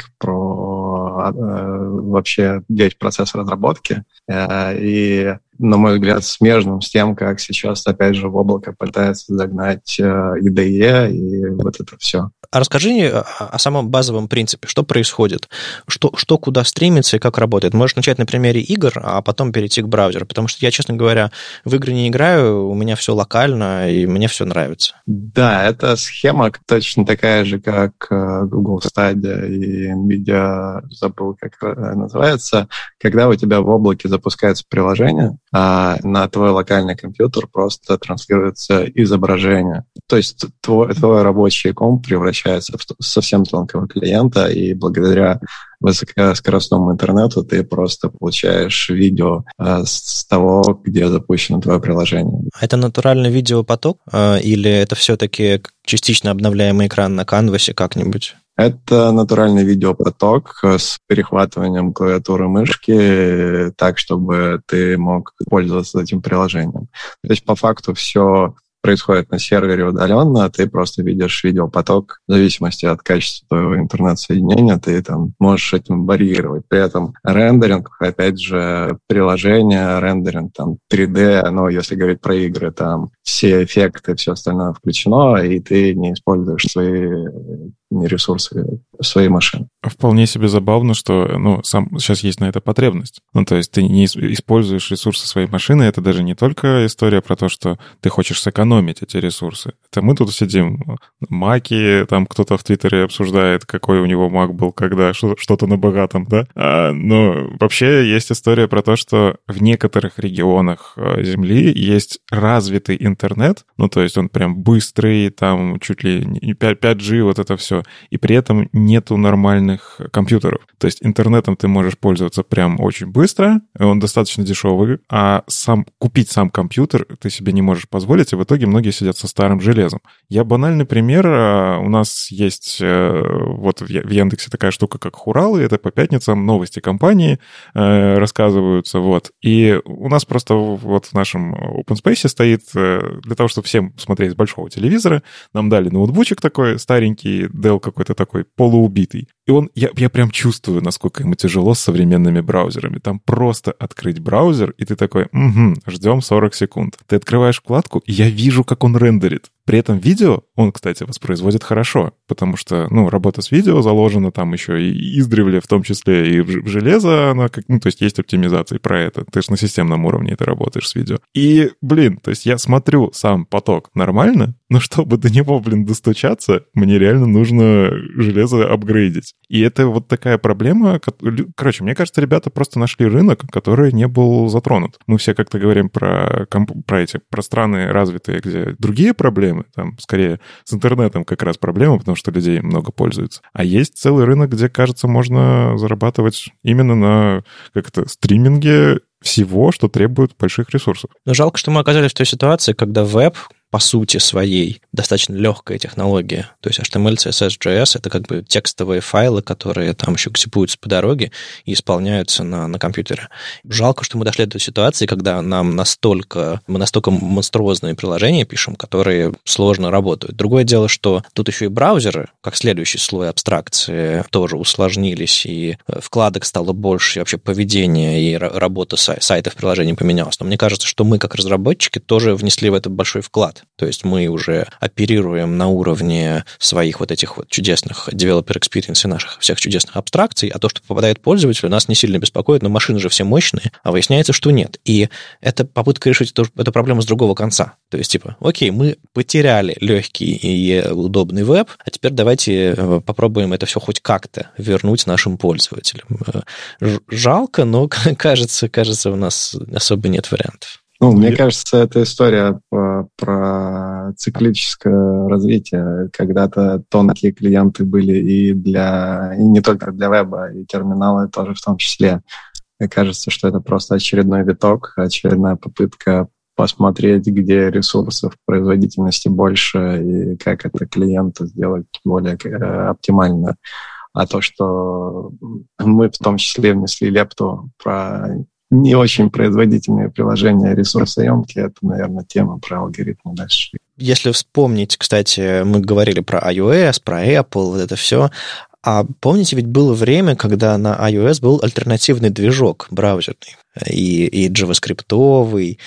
про вообще весь процесс разработки. И, на мой взгляд, смежным с тем, как сейчас, опять же, в облако пытаются загнать IDE и вот это все. А расскажи о самом базовом принципе, что происходит, что куда стримится и как работает. Можешь начать на примере игр, а потом перейти к браузеру, потому что я, честно говоря, в игры не играю, у меня все локально, и мне все нравится. Да, эта схема точно такая же, как Google Stadia и NVIDIA, забыл, как называется, когда у тебя в облаке запускается приложение, а на твой локальный компьютер просто транслируется изображение. То есть твой рабочий комп превращается в совсем тонкого клиента, и благодаря высокоскоростному интернету ты просто получаешь видео с того, где запущено твое приложение. Это натуральный видеопоток или это все-таки частично обновляемый экран на канвасе как-нибудь? Это натуральный видеопоток с перехватыванием клавиатуры мышки так, чтобы ты мог пользоваться этим приложением. То есть по факту все происходит на сервере удаленно, а ты просто видишь видеопоток в зависимости от качества твоего интернет-соединения, ты там можешь этим варьировать. При этом рендеринг, опять же, приложение, рендеринг там 3D, но если говорить про игры, там все эффекты, все остальное включено, и ты не используешь свои ресурсы своей машины. Вполне себе забавно, что сейчас есть на это потребность. То есть ты не используешь ресурсы своей машины, это даже не только история про то, что ты хочешь сэкономить эти ресурсы. Это мы тут сидим, маки, там кто-то в Твиттере обсуждает, какой у него мак был, когда что-то на богатом, да? Но вообще есть история про то, что в некоторых регионах Земли есть развитый интернет, то есть он прям быстрый, там чуть ли не 5G, вот это все, и при этом нету нормальных компьютеров. То есть интернетом ты можешь пользоваться прям очень быстро, он достаточно дешевый, а купить сам компьютер ты себе не можешь позволить, и в итоге многие сидят со старым железом. Я банальный пример. У нас есть вот в Яндексе такая штука, как Хурал, и это по пятницам новости компании рассказываются, вот. И у нас просто вот в нашем OpenSpace стоит, для того, чтобы всем смотреть с большого телевизора, нам дали ноутбучик такой старенький, Dell какой-то такой полуубитый. И я прям чувствую, насколько ему тяжело с современными браузерами. Там просто открыть браузер, и ты такой, ждем 40 секунд. Ты открываешь вкладку, и я вижу, как он рендерит. При этом видео он, кстати, воспроизводит хорошо, потому что, работа с видео заложена там еще и издревле, в том числе и в железо, она то есть есть оптимизации про это. Ты же на системном уровне это работаешь с видео. И, то есть я смотрю сам поток нормально, но чтобы до него, достучаться, мне реально нужно железо апгрейдить. И это вот такая проблема. Короче, мне кажется, ребята просто нашли рынок, который не был затронут. Мы все как-то говорим про страны развитые, где другие проблемы, проблемы. Там, скорее, с интернетом как раз проблема, потому что людей много пользуются. А есть целый рынок, где, кажется, можно зарабатывать именно на стриминге всего, что требует больших ресурсов. Но жалко, что мы оказались в той ситуации, когда веб, по сути своей, достаточно легкая технология. То есть HTML, CSS, JS — это как бы текстовые файлы, которые там еще ксипуются по дороге и исполняются на компьютере. Жалко, что мы дошли до той ситуации, когда мы настолько монструозные приложения пишем, которые сложно работают. Другое дело, что тут еще и браузеры, как следующий слой абстракции, тоже усложнились, и вкладок стало больше, и вообще поведение и работа сайтов приложений поменялась. Но мне кажется, что мы, как разработчики, тоже внесли в это большой вклад. То есть мы уже оперируем на уровне своих вот этих вот чудесных developer experience и наших всех чудесных абстракций, а то, что попадает пользователю, нас не сильно беспокоит, но машины же все мощные, а выясняется, что нет. И это попытка решить эту проблему с другого конца. То есть, окей, мы потеряли легкий и удобный веб, а теперь давайте попробуем это все хоть как-то вернуть нашим пользователям. Жалко, но, кажется, у нас особо нет вариантов. Мне кажется, это история про циклическое развитие. Когда-то тонкие клиенты были и не только для веба, и терминалы тоже в том числе. Мне кажется, что это просто очередной виток, очередная попытка посмотреть, где ресурсов производительности больше и как это клиенту сделать более оптимально. А то, что мы в том числе внесли лепту про не очень производительные приложения, ресурсоемкие, это, наверное, тема про алгоритмы дальше. Если вспомнить, кстати, мы говорили про iOS, про Apple, вот это все. А помните, ведь было время, когда на iOS был альтернативный движок браузерный, и JavaScript-овый,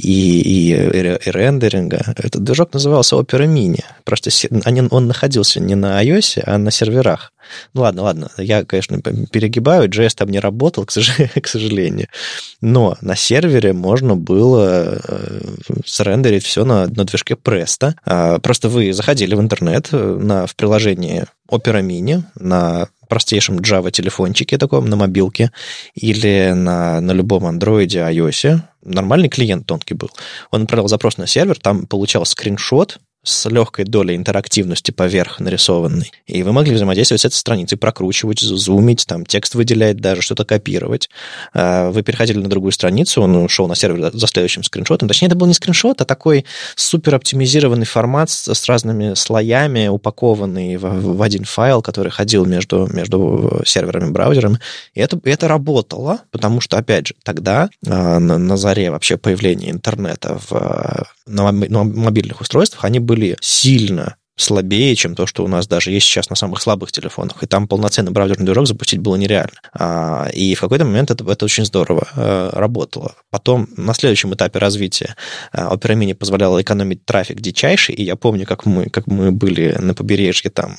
и рендеринга. Этот движок назывался Opera Mini. Просто он находился не на iOS, а на серверах. Ладно, я, конечно, перегибаю, JS там не работал, к сожалению. Но на сервере можно было срендерить все на движке Presto. Просто вы заходили в интернет в приложении Opera Mini на простейшем Java-телефончике таком, на мобилке, или на любом андроиде, iOS. Нормальный клиент тонкий был. Он отправил запрос на сервер, там получал скриншот с легкой долей интерактивности поверх нарисованной. И вы могли взаимодействовать с этой страницей, прокручивать, зумить, там текст выделять даже, что-то копировать. Вы переходили на другую страницу, он ушел на сервер за следующим скриншотом. Точнее, это был не скриншот, а такой супер оптимизированный формат с разными слоями, упакованный в один файл, который ходил между серверами и браузерами. И это работало, потому что, опять же, тогда, на заре вообще появления интернета на мобильных устройствах, они были сильно слабее, чем то, что у нас даже есть сейчас на самых слабых телефонах. И там полноценный браузерный движок запустить было нереально. И в какой-то момент это очень здорово работало. Потом, на следующем этапе развития, Opera Mini позволяла экономить трафик дичайший, и я помню, как мы были на побережье там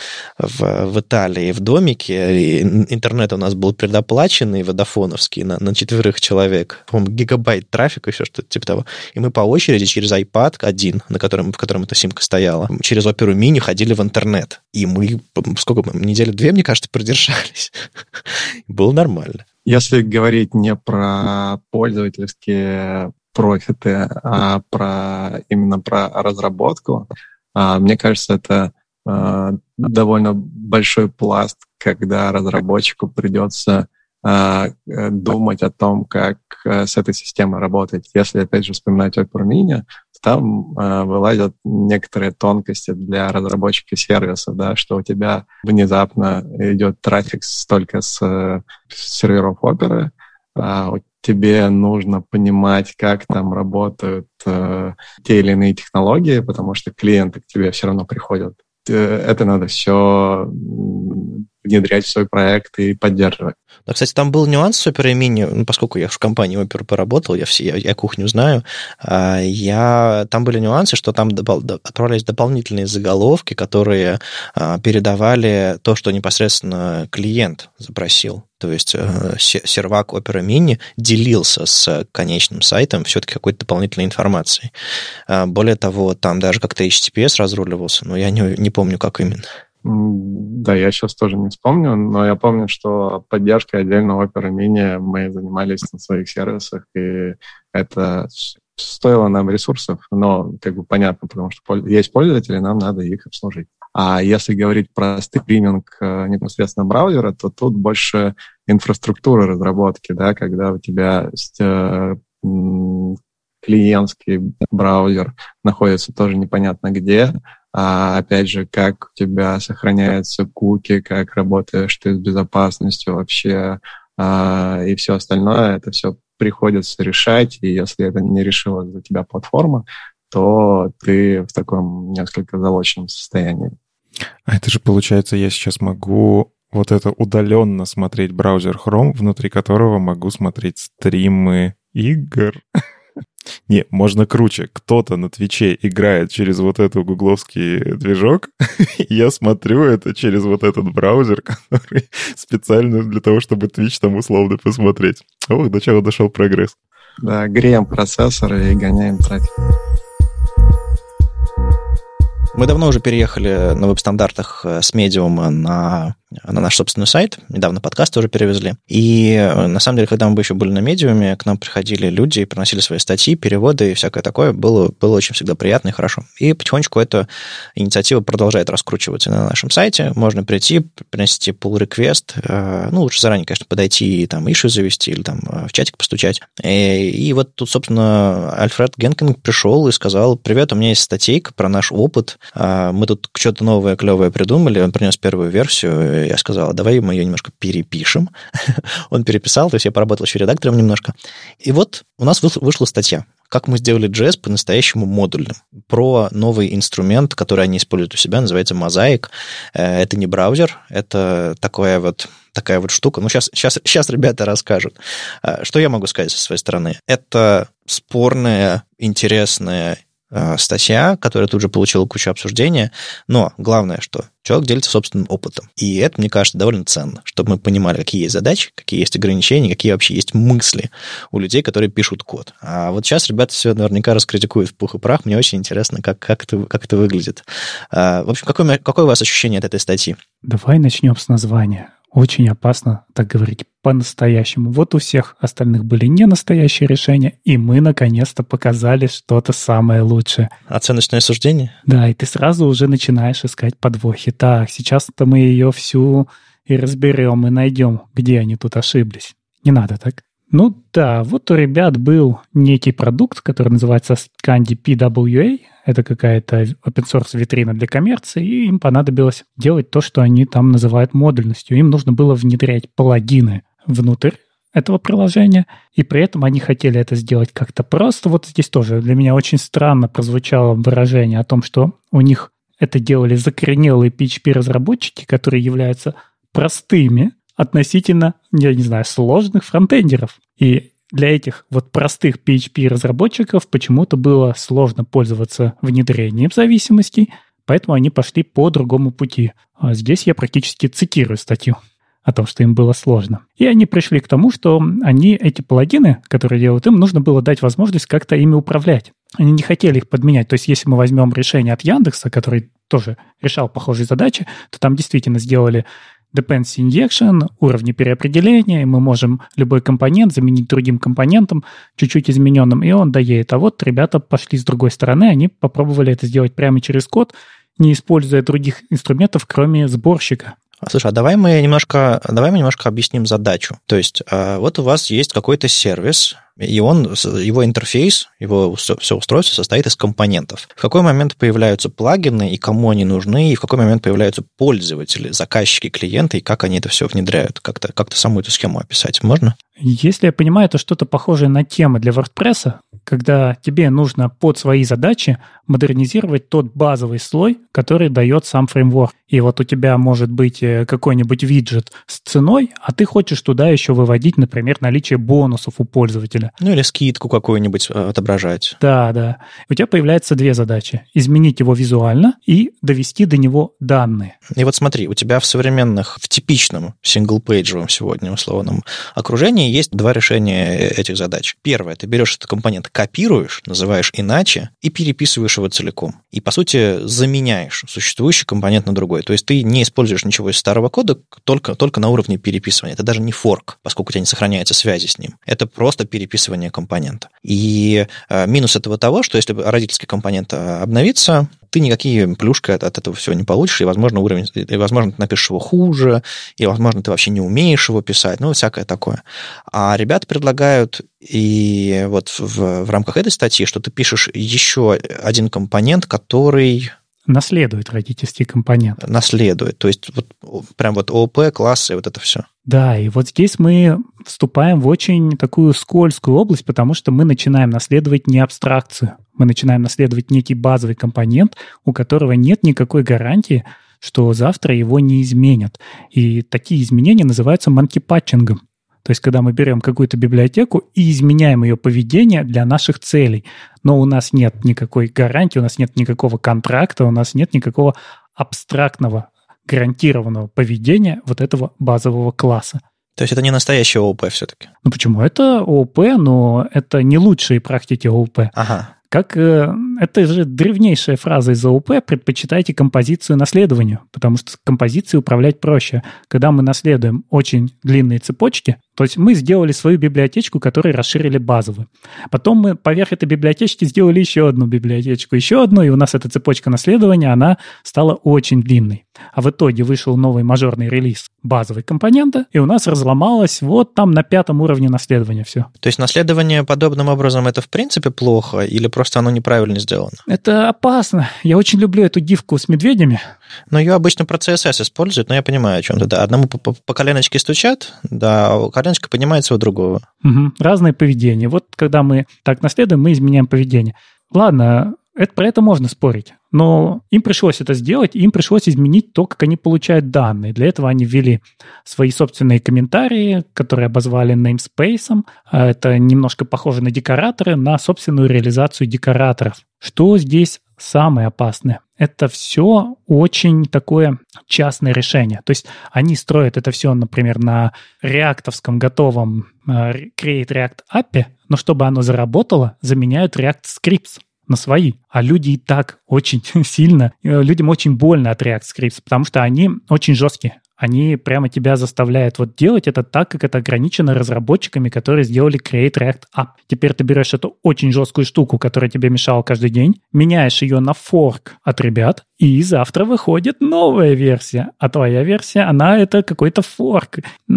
в Италии, в домике, и интернет у нас был предоплаченный, водофоновский, на 4 человек, по-моему, гигабайт трафика, еще что-то типа того. И мы по очереди через iPad один, в котором эта симка стояла, через Opera Mini ходили в интернет. И мы, недели 2, мне кажется, продержались. Было нормально. Если говорить не про пользовательские профиты, а именно про разработку, мне кажется, это довольно большой пласт, когда разработчику придется думать о том, как с этой системой работать. Если, опять же, вспоминать Opera Mini, там вылазят некоторые тонкости для разработчика сервиса, да, что у тебя внезапно идет трафик только с серверов Opera, тебе нужно понимать, как там работают те или иные технологии, потому что клиенты к тебе все равно приходят. Это надо все внедрять в свой проект и поддерживать. Да, кстати, там был нюанс с Opera Mini, поскольку я в компании Opera поработал, я кухню знаю, там были нюансы, что там отправлялись дополнительные заголовки, которые передавали то, что непосредственно клиент запросил. То есть сервак Opera Mini делился с конечным сайтом все-таки какой-то дополнительной информацией. Более того, там даже как-то HTTPS разруливался, но я не помню, как именно. Да, я сейчас тоже не вспомню, но я помню, что поддержкой отдельного Opera Mini мы занимались на своих сервисах, и это стоило нам ресурсов, но как бы понятно, потому что есть пользователи, нам надо их обслужить. А если говорить про стриминг непосредственно браузера, то тут больше инфраструктура разработки, да, когда у тебя клиентский браузер находится тоже непонятно где, а опять же, как у тебя сохраняются куки, как работаешь ты с безопасностью вообще, и все остальное, это все приходится решать, и если это не решила за тебя платформа, то ты в таком несколько залоченном состоянии. А это же получается, я сейчас могу вот это удаленно смотреть браузер Chrome, внутри которого могу смотреть стримы игр. Не, можно круче. Кто-то на Твиче играет через вот этот гугловский движок, и я смотрю это через вот этот браузер, который специально для того, чтобы Твич там условно посмотреть. Ох, до чего дошел прогресс. Да, греем процессоры и гоняем трафик. Мы давно уже переехали на веб-стандартах с Medium на наш собственный сайт. Недавно подкаст тоже перевезли. И на самом деле, когда мы еще были на Medium, к нам приходили люди и приносили свои статьи, переводы и всякое такое. Было очень всегда приятно и хорошо. И потихонечку эта инициатива продолжает раскручиваться на нашем сайте. Можно прийти, принести pull request. Ну, лучше заранее, конечно, подойти и там issue завести или там в чатик постучать. И вот тут, собственно, Альфред Генкин пришел и сказал: привет, у меня есть статейка про наш опыт. Мы тут что-то новое, клевое придумали. Он принес первую версию. Я сказал: давай мы ее немножко перепишем. Он переписал, то есть я поработал еще редактором немножко. И вот у нас вышла статья, как мы сделали JS по-настоящему модульным. Про новый инструмент, который они используют у себя, называется Mosaic. Это не браузер, это такая вот штука. Ну, сейчас ребята расскажут. Что я могу сказать со своей стороны? Это спорная, интересная статья, которая тут же получила кучу обсуждения, но главное, что человек делится собственным опытом. И это, мне кажется, довольно ценно, чтобы мы понимали, какие есть задачи, какие есть ограничения, какие вообще есть мысли у людей, которые пишут код. А вот сейчас ребята все наверняка раскритикуют в пух и прах. Мне очень интересно, как это выглядит. В общем, какое у вас ощущение от этой статьи? Давай начнем с названия. Очень опасно так говорить по-настоящему. Вот у всех остальных были не настоящие решения, и мы наконец-то показали что-то самое лучшее. Оценочное суждение? Да, и ты сразу уже начинаешь искать подвохи. Так, сейчас-то мы ее всю и разберем, и найдем, где они тут ошиблись. Не надо так. Ну да, вот у ребят был некий продукт, который называется Scandi PWA. Это какая-то open-source витрина для коммерции, и им понадобилось делать то, что они там называют модульностью. Им нужно было внедрять плагины внутрь этого приложения, и при этом они хотели это сделать как-то просто. Вот здесь тоже для меня очень странно прозвучало выражение о том, что у них это делали закоренелые PHP-разработчики, которые являются простыми относительно, я не знаю, сложных фронтендеров. И для этих вот простых PHP-разработчиков почему-то было сложно пользоваться внедрением зависимостей, поэтому они пошли по другому пути. А здесь я практически цитирую статью о том, что им было сложно. И они пришли к тому, что эти плагины, которые делают, им нужно было дать возможность как-то ими управлять. Они не хотели их подменять. То есть если мы возьмем решение от Яндекса, который тоже решал похожие задачи, то там действительно сделали dependency injection, уровни переопределения, и мы можем любой компонент заменить другим компонентом, чуть-чуть измененным, и он доедет. А вот ребята пошли с другой стороны, они попробовали это сделать прямо через код, не используя других инструментов, кроме сборщика. Слушай, а давай мы немножко объясним задачу. То есть вот у вас есть какой-то сервис, и его интерфейс, его все устройство состоит из компонентов. В какой момент появляются плагины, и кому они нужны, и в какой момент появляются пользователи, заказчики, клиенты, и как они это все внедряют? Как-то саму эту схему описать можно? Если я понимаю, это что-то похожее на темы для WordPress, когда тебе нужно под свои задачи модернизировать тот базовый слой, который дает сам фреймворк. И вот у тебя может быть какой-нибудь виджет с ценой, а ты хочешь туда еще выводить, например, наличие бонусов у пользователя. Ну или скидку какую-нибудь отображать. Да. У тебя появляются две задачи. Изменить его визуально и довести до него данные. И вот смотри, у тебя в типичном сингл-пейджевом сегодня условном окружении есть два решения этих задач. Первое, ты берешь этот компонент, копируешь, называешь иначе и переписываешь его целиком. И, по сути, заменяешь существующий компонент на другой. То есть ты не используешь ничего из старого кода только на уровне переписывания. Это даже не форк, поскольку у тебя не сохраняется связи с ним. Это просто переписывание компонента. И минус этого того, что если родительский компонент обновится, ты никакие плюшки от этого всего не получишь, и, возможно, ты напишешь его хуже, и, возможно, ты вообще не умеешь его писать, всякое такое. А ребята предлагают, и вот в рамках этой статьи, что ты пишешь еще один компонент, который... Наследует родительский компонент. Наследует, то есть прям ООП, классы, вот это все. Да, и вот здесь мы вступаем в очень такую скользкую область, потому что мы начинаем наследовать не абстракцию. Мы начинаем наследовать некий базовый компонент, у которого нет никакой гарантии, что завтра его не изменят. И такие изменения называются манки-патчингом. То есть, когда мы берем какую-то библиотеку и изменяем ее поведение для наших целей, но у нас нет никакой гарантии, у нас нет никакого контракта, у нас нет никакого абстрактного гарантированного поведения вот этого базового класса. То есть это не настоящий ООП все-таки? Почему? Это ООП, но это не лучшие практики ООП. Ага. Это же древнейшая фраза из ООП: предпочитайте композицию наследованию, потому что композицией управлять проще. Когда мы наследуем очень длинные цепочки, то есть мы сделали свою библиотечку, которую расширили базовую. Потом мы поверх этой библиотечки сделали еще одну библиотечку, еще одну, и у нас эта цепочка наследования, она стала очень длинной. А в итоге вышел новый мажорный релиз базовой компонента, и у нас разломалось вот там на 5-м уровне наследования все. То есть наследование подобным образом это в принципе плохо или просто оно неправильно сделано? Это опасно. Я очень люблю эту гифку с медведями. Но ее обычно про CSS используют, но я понимаю, о чем ты. Да, одному по коленочке стучат, да, а коленочка поднимается у другого. Угу. Разное поведение. Вот когда мы так наследуем, мы изменяем поведение. Ладно, про это можно спорить, но им пришлось это сделать, и им пришлось изменить то, как они получают данные. Для этого они ввели свои собственные комментарии, которые обозвали namespace. Это немножко похоже на декораторы, на собственную реализацию декораторов. Что здесь самое опасное? Это все очень такое частное решение. То есть они строят это все, например, на реактовском готовом Create React API, но чтобы оно заработало, заменяют React Scripts на свои. А люди и так очень сильно, людям очень больно от React Scripts, потому что они очень жесткие. Они прямо тебя заставляют делать это так, как это ограничено разработчиками, которые сделали Create React App. Теперь ты берешь эту очень жесткую штуку, которая тебе мешала каждый день, меняешь ее на форк от ребят, и завтра выходит новая версия. А твоя версия, она это какой-то форк.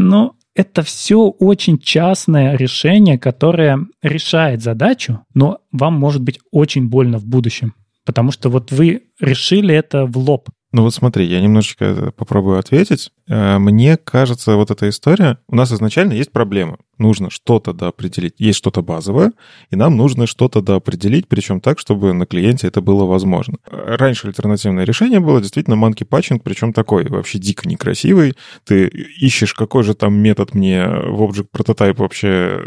Это все очень частное решение, которое решает задачу, но вам может быть очень больно в будущем, потому что вы решили это в лоб. Смотри, я немножечко попробую ответить. Мне кажется, эта история... У нас изначально есть проблема. Нужно что-то доопределить. Есть что-то базовое, и нам нужно что-то доопределить, причем так, чтобы на клиенте это было возможно. Раньше альтернативное решение было действительно monkey-patching, причем такой вообще дико некрасивый. Ты ищешь, какой же там метод мне в Object Prototype вообще...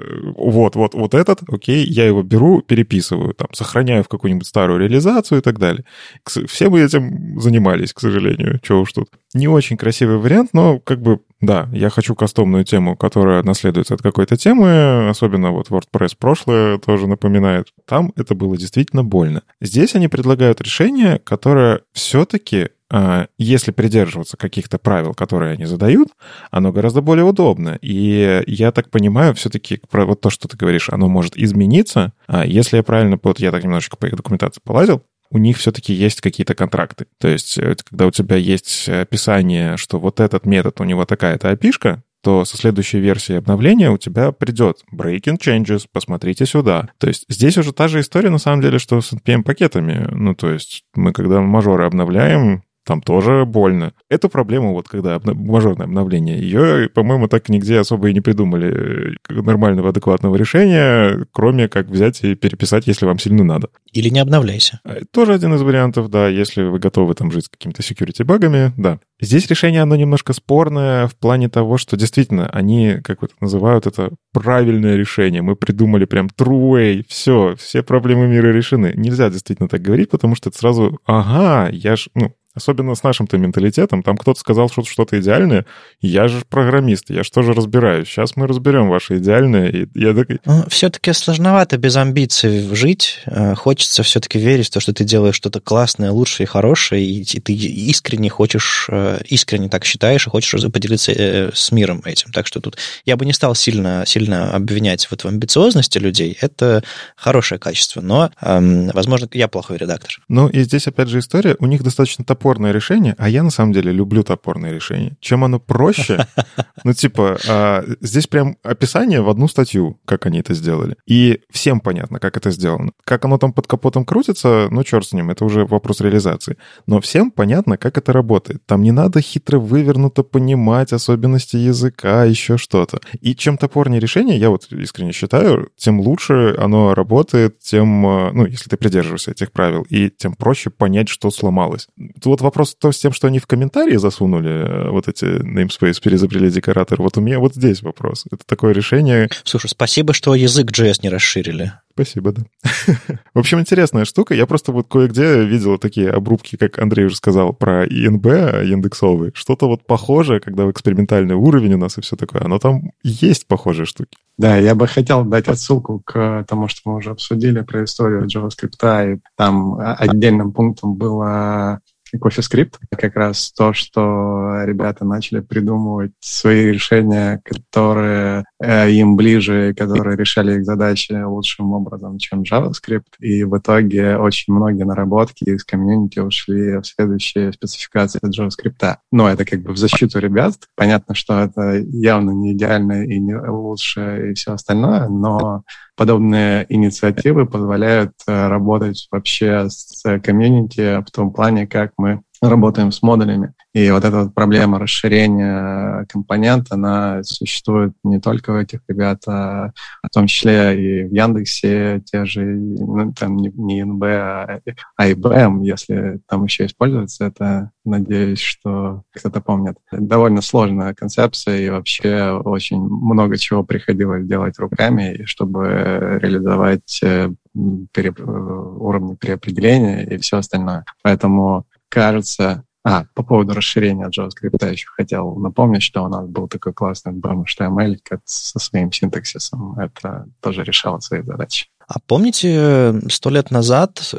Вот этот, окей, я его беру, переписываю, сохраняю в какую-нибудь старую реализацию и так далее. Все мы этим занимались, к сожалению. Чего уж тут. Не очень красивый вариант, но да, я хочу кастомную тему, которая наследуется от какой-то темы, особенно WordPress прошлое тоже напоминает. Там это было действительно больно. Здесь они предлагают решение, которое все-таки, если придерживаться каких-то правил, которые они задают, оно гораздо более удобно. И я так понимаю, все-таки про то, что ты говоришь, оно может измениться. Если я правильно, я так немножечко по их документации полазил, у них все-таки есть какие-то контракты. То есть, когда у тебя есть описание, что этот метод, у него такая-то API-шка, то со следующей версией обновления у тебя придет breaking changes, посмотрите сюда. То есть здесь уже та же история, на самом деле, что с NPM-пакетами. То есть мы, когда мажоры обновляем, там тоже больно. Эту проблему, когда мажорное обновление, ее, по-моему, так нигде особо и не придумали нормального, адекватного решения, кроме как взять и переписать, если вам сильно надо. Или не обновляйся. Тоже один из вариантов, да, если вы готовы жить с какими-то security-багами, да. Здесь решение, оно немножко спорное в плане того, что действительно они, как называют это, правильное решение. Мы придумали прям true way, все проблемы мира решены. Нельзя действительно так говорить, потому что это сразу, особенно с нашим-то менталитетом, там кто-то сказал что-то идеальное, я же программист, я же тоже разбираюсь. Сейчас мы разберем ваше идеальное. И я такой... Все-таки сложновато без амбиций жить. Хочется все-таки верить в то, что ты делаешь что-то классное, лучшее и хорошее, и ты искренне так считаешь и хочешь поделиться с миром этим. Так что тут я бы не стал сильно обвинять вот в амбициозности людей. Это хорошее качество, но, возможно, я плохой редактор. Ну, и здесь, опять же, история. У них достаточно топорное решение, а я, на самом деле, люблю топорное решение. Чем оно проще, здесь прям описание в одну статью, как они это сделали. И всем понятно, как это сделано. Как оно там под капотом крутится, ну, черт с ним, это уже вопрос реализации. Но всем понятно, как это работает. Там не надо хитро вывернуто понимать особенности языка, еще что-то. И чем топорнее решение, я вот искренне считаю, тем лучше оно работает, тем, ну, если ты придерживаешься этих правил, и тем проще понять, что сломалось. Тут вот вопрос с тем, что они в комментарии засунули вот эти namespace, переизобрели декоратор. Вот у меня вот здесь вопрос. Это такое решение... Слушай, спасибо, что язык JS не расширили. Спасибо, да. В общем, интересная штука. Я просто вот кое-где видел такие обрубки, как Андрей уже сказал, про ИНБ индексовые. Что-то вот похожее, когда в экспериментальный уровень у нас и все такое. Оно там есть похожие штуки. Да, я бы хотел дать отсылку к тому, что мы уже обсудили про историю JavaScript, и там отдельным пунктом было CoffeeScript. Как раз то, что ребята начали придумывать свои решения, которые им ближе, которые решали их задачи лучшим образом, чем JavaScript. И в итоге очень многие наработки из комьюнити ушли в следующие спецификации JavaScript. Но это как бы в защиту ребят. Понятно, что это явно не идеально и не лучше и все остальное, но подобные инициативы позволяют работать вообще с комьюнити в том плане, как мы работаем с модулями. И вот эта вот проблема расширения компонента, она существует не только у этих ребят, а в том числе и в Яндексе, те же, ну, там не НБ, а IBM, если там еще используется это, надеюсь, что кто-то помнит. Довольно сложная концепция, и вообще очень много чего приходилось делать руками, чтобы реализовать уровни переопределения и все остальное. Поэтому кажется... по поводу расширения JavaScript я еще хотел напомнить, что у нас был такой классный BAM-HTML со своим синтаксисом. Это тоже решало свои задачи. А помните, 100 лет назад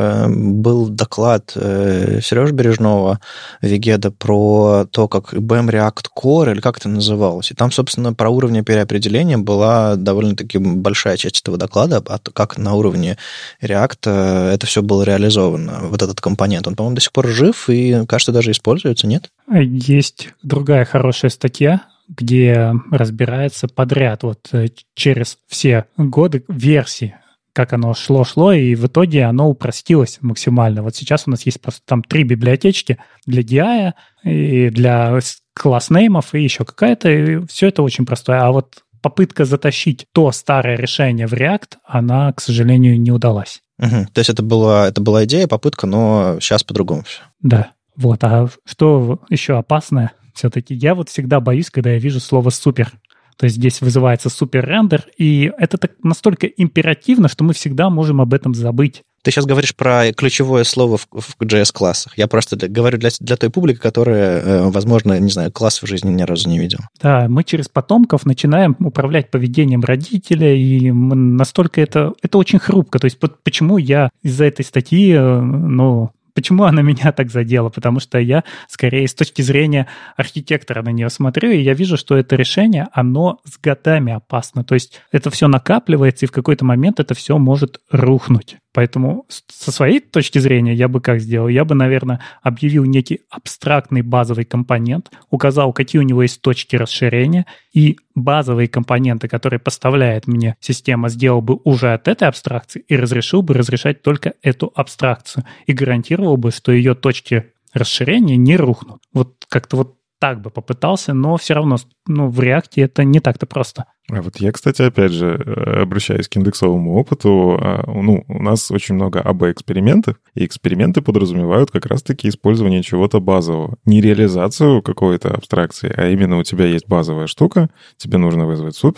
был доклад Сережи Бережного, Вегеда, про то, как BAM React Core, или как это называлось. И там, собственно, про уровни переопределения была довольно-таки большая часть этого доклада, как на уровне React это все было реализовано, вот этот компонент. Он, по-моему, до сих пор жив и, кажется, даже используется, нет? Есть другая хорошая статья, где разбирается подряд вот через все годы версии, как оно шло, и в итоге оно упростилось максимально. Вот сейчас у нас есть просто там 3 библиотечки для DI, и для класснеймов, и еще какая-то, и все это очень простое. А вот попытка затащить то старое решение в React, она, к сожалению, не удалась. Угу. То есть это была идея, попытка, но сейчас по-другому все. Да. Вот. А что еще опасное? Все-таки я вот всегда боюсь, когда я вижу слово «супер». То есть здесь вызывается супер-рендер, и это так настолько императивно, что мы всегда можем об этом забыть. Ты сейчас говоришь про ключевое слово в JS-классах. Я просто говорю для той публики, которая, возможно, не знаю, класс в жизни ни разу не видел. Да, мы через потомков начинаем управлять поведением родителя, и настолько это очень хрупко. То есть почему я из-за этой статьи, почему она меня так задела? Потому что я скорее с точки зрения архитектора на нее смотрю, и я вижу, что это решение, оно с годами опасно. То есть это все накапливается, и в какой-то момент это все может рухнуть. Поэтому со своей точки зрения я бы как сделал? Я бы, наверное, объявил некий абстрактный базовый компонент, указал, какие у него есть точки расширения, и базовые компоненты, которые поставляет мне система, сделал бы уже от этой абстракции и разрешил бы разрешать только эту абстракцию. И гарантировал бы, что ее точки расширения не рухнут. Вот как-то вот так бы попытался, но все равно в React это не так-то просто. А вот я, кстати, опять же, обращаясь к индексовому опыту, у нас очень много АБ-экспериментов, и эксперименты подразумевают как раз-таки использование чего-то базового. Не реализацию какой-то абстракции, а именно у тебя есть базовая штука, тебе нужно вызвать супер,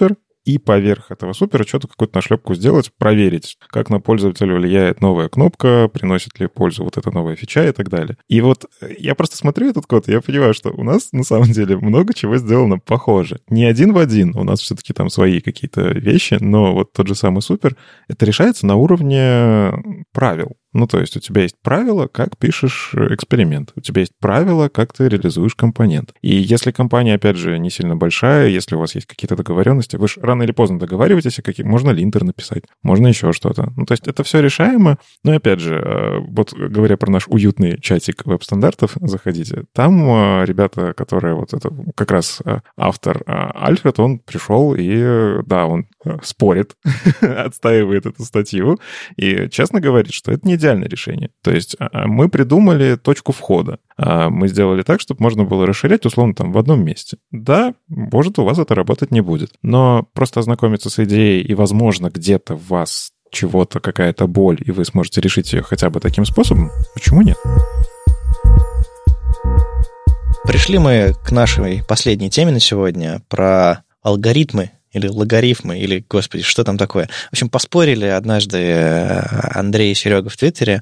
и поверх этого супера что-то, какую-то нашлепку сделать, проверить, как на пользователя влияет новая кнопка, приносит ли пользу вот эта новая фича и так далее. И вот я просто смотрю этот код, и я понимаю, что у нас на самом деле много чего сделано похоже. Не один в один, у нас все-таки там свои какие-то вещи, но вот тот же самый супер, это решается на уровне правил. Ну, то есть у тебя есть правила, как пишешь эксперимент. У тебя есть правила, как ты реализуешь компонент. И если компания, опять же, не сильно большая, если у вас есть какие-то договоренности, вы же рано или поздно договариваетесь, можно линтер написать, можно еще что-то. Ну, то есть это все решаемо. Но, опять же, вот говоря про наш уютный чатик веб-стандартов, заходите. Там ребята, которые вот это как раз автор Альфред, он пришел и, да, он спорит, отстаивает эту статью и честно говорит, что это не идеальное решение. То есть мы придумали точку входа. Мы сделали так, чтобы можно было расширять, условно, там в одном месте. Да, может, у вас это работать не будет. Но просто ознакомиться с идеей, и, возможно, где-то в вас чего-то, какая-то боль, и вы сможете решить ее хотя бы таким способом, почему нет? Пришли мы к нашей последней теме на сегодня про алгоритмы, или логарифмы, или, господи, что там такое. В общем, поспорили однажды Андрей и Серега в Твиттере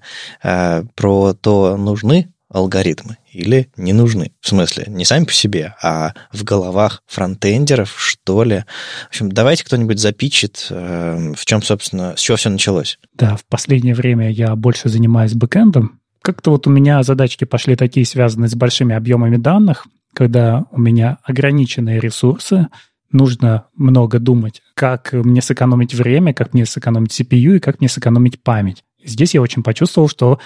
про то, нужны алгоритмы или не нужны. В смысле, не сами по себе, а в головах фронтендеров, что ли. В общем, давайте кто-нибудь запитчит, в чем, собственно, с чего все началось. Да, в последнее время я больше занимаюсь бэкэндом. Как-то вот у меня задачки пошли такие, связанные с большими объемами данных, когда у меня ограниченные ресурсы, нужно много думать, как мне сэкономить время, как мне сэкономить CPU и как мне сэкономить память. Здесь я очень почувствовал, что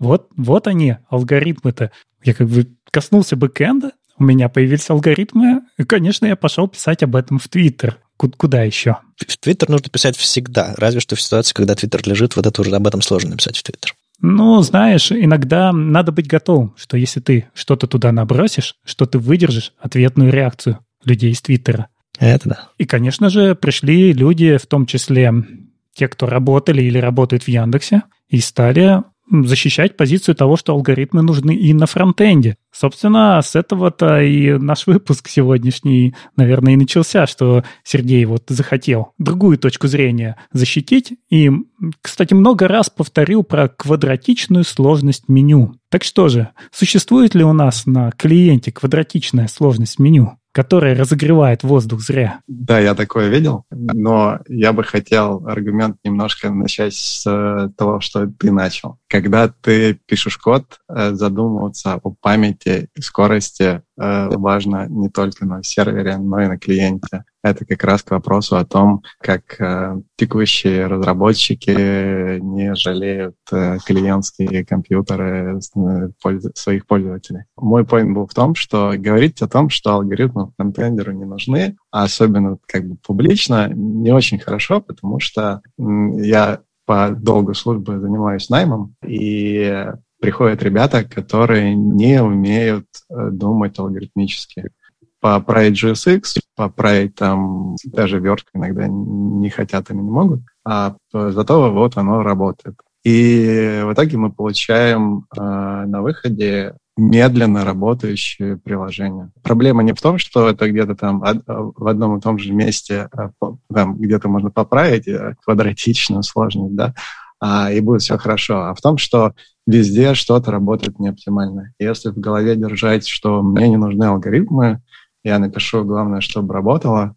вот они, алгоритмы-то. Я как бы коснулся бэкэнда, у меня появились алгоритмы, и, конечно, я пошел писать об этом в Твиттер. Куда еще? В Твиттер нужно писать всегда, разве что в ситуации, когда Твиттер лежит, вот это уже об этом сложно написать в Твиттер. Ну, знаешь, иногда надо быть готовым, что если ты что-то туда набросишь, что ты выдержишь ответную реакцию людей из Твиттера. Это да. И, конечно же, пришли люди, в том числе те, кто работали или работают в Яндексе, и стали защищать позицию того, что алгоритмы нужны и на фронтенде. Собственно, с этого-то и наш выпуск сегодняшний, наверное, и начался, что Сергей вот захотел другую точку зрения защитить. И, кстати, много раз повторил про квадратичную сложность меню. Так что же, существует ли у нас на клиенте квадратичная сложность меню, которая разогревает воздух зря? Да, я такое видел, но я бы хотел аргумент немножко начать с того, что ты начал. Когда ты пишешь код, задумываться о памяти и скорости важно не только на сервере, но и на клиенте. Это как раз к вопросу о том, как текущие разработчики не жалеют клиентские компьютеры своих пользователей. Мой point был в том, что говорить о том, что алгоритмы фронтендеру не нужны, а особенно как бы публично, не очень хорошо, потому что я по долгу службы занимаюсь наймом, и приходят ребята, которые не умеют думать алгоритмически. Поправить JSX, поправить там даже вертку иногда не хотят или не могут, а зато вот оно работает. И в итоге мы получаем на выходе медленно работающее приложение. Проблема не в том, что это где-то там в одном и том же месте там где-то можно поправить квадратичную сложность, да, и будет все хорошо, а в том, что везде что-то работает неоптимально. Если в голове держать, что мне не нужны алгоритмы, я напишу, главное, чтобы работало,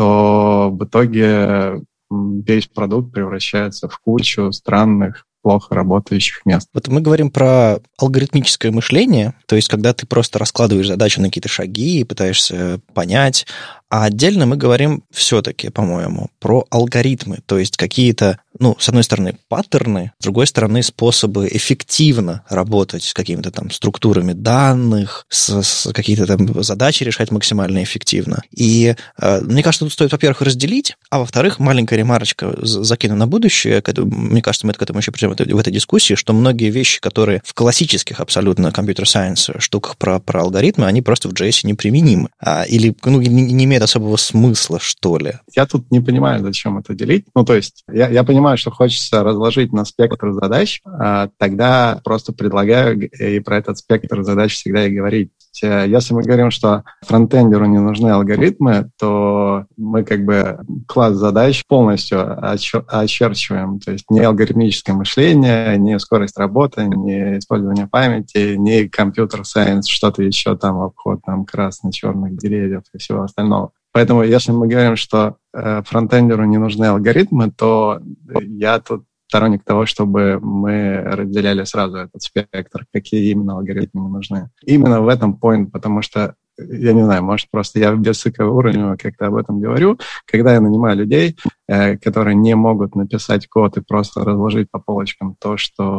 то в итоге весь продукт превращается в кучу странных, плохо работающих мест. Вот мы говорим про алгоритмическое мышление, то есть когда ты просто раскладываешь задачу на какие-то шаги и пытаешься понять, а отдельно мы говорим все-таки, по-моему, про алгоритмы, то есть какие-то, с одной стороны, паттерны, с другой стороны, способы эффективно работать с какими-то там структурами данных, с какие-то там задачи решать максимально эффективно. И мне кажется, тут стоит, во-первых, разделить, а во-вторых, маленькая ремарочка закину на будущее. Мне кажется, мы к этому еще придем в этой дискуссии, что многие вещи, которые в классических абсолютно компьютер-сайенс штуках про алгоритмы, они просто в JS неприменимы. Или не имеют особого смысла, что ли. Я тут не понимаю, зачем это делить. То есть я понимаю, что хочется разложить на спектр задач, тогда просто предлагаю и про этот спектр задач всегда и говорить. есть, если мы говорим, что фронтендеру не нужны алгоритмы, то мы как бы класс задач полностью очерчиваем. То есть не алгоритмическое мышление, не скорость работы, не использование памяти, не компьютер-сайенс, что-то еще там, обход там красно-черных деревьев и всего остального. Поэтому если мы говорим, что фронтендеру не нужны алгоритмы, то я тут сторонник того, чтобы мы разделяли сразу этот спектр, какие именно алгоритмы не нужны. Именно в этом point, потому что, я не знаю, может, просто я без уровня как-то об этом говорю, когда я нанимаю людей, которые не могут написать код и просто разложить по полочкам то,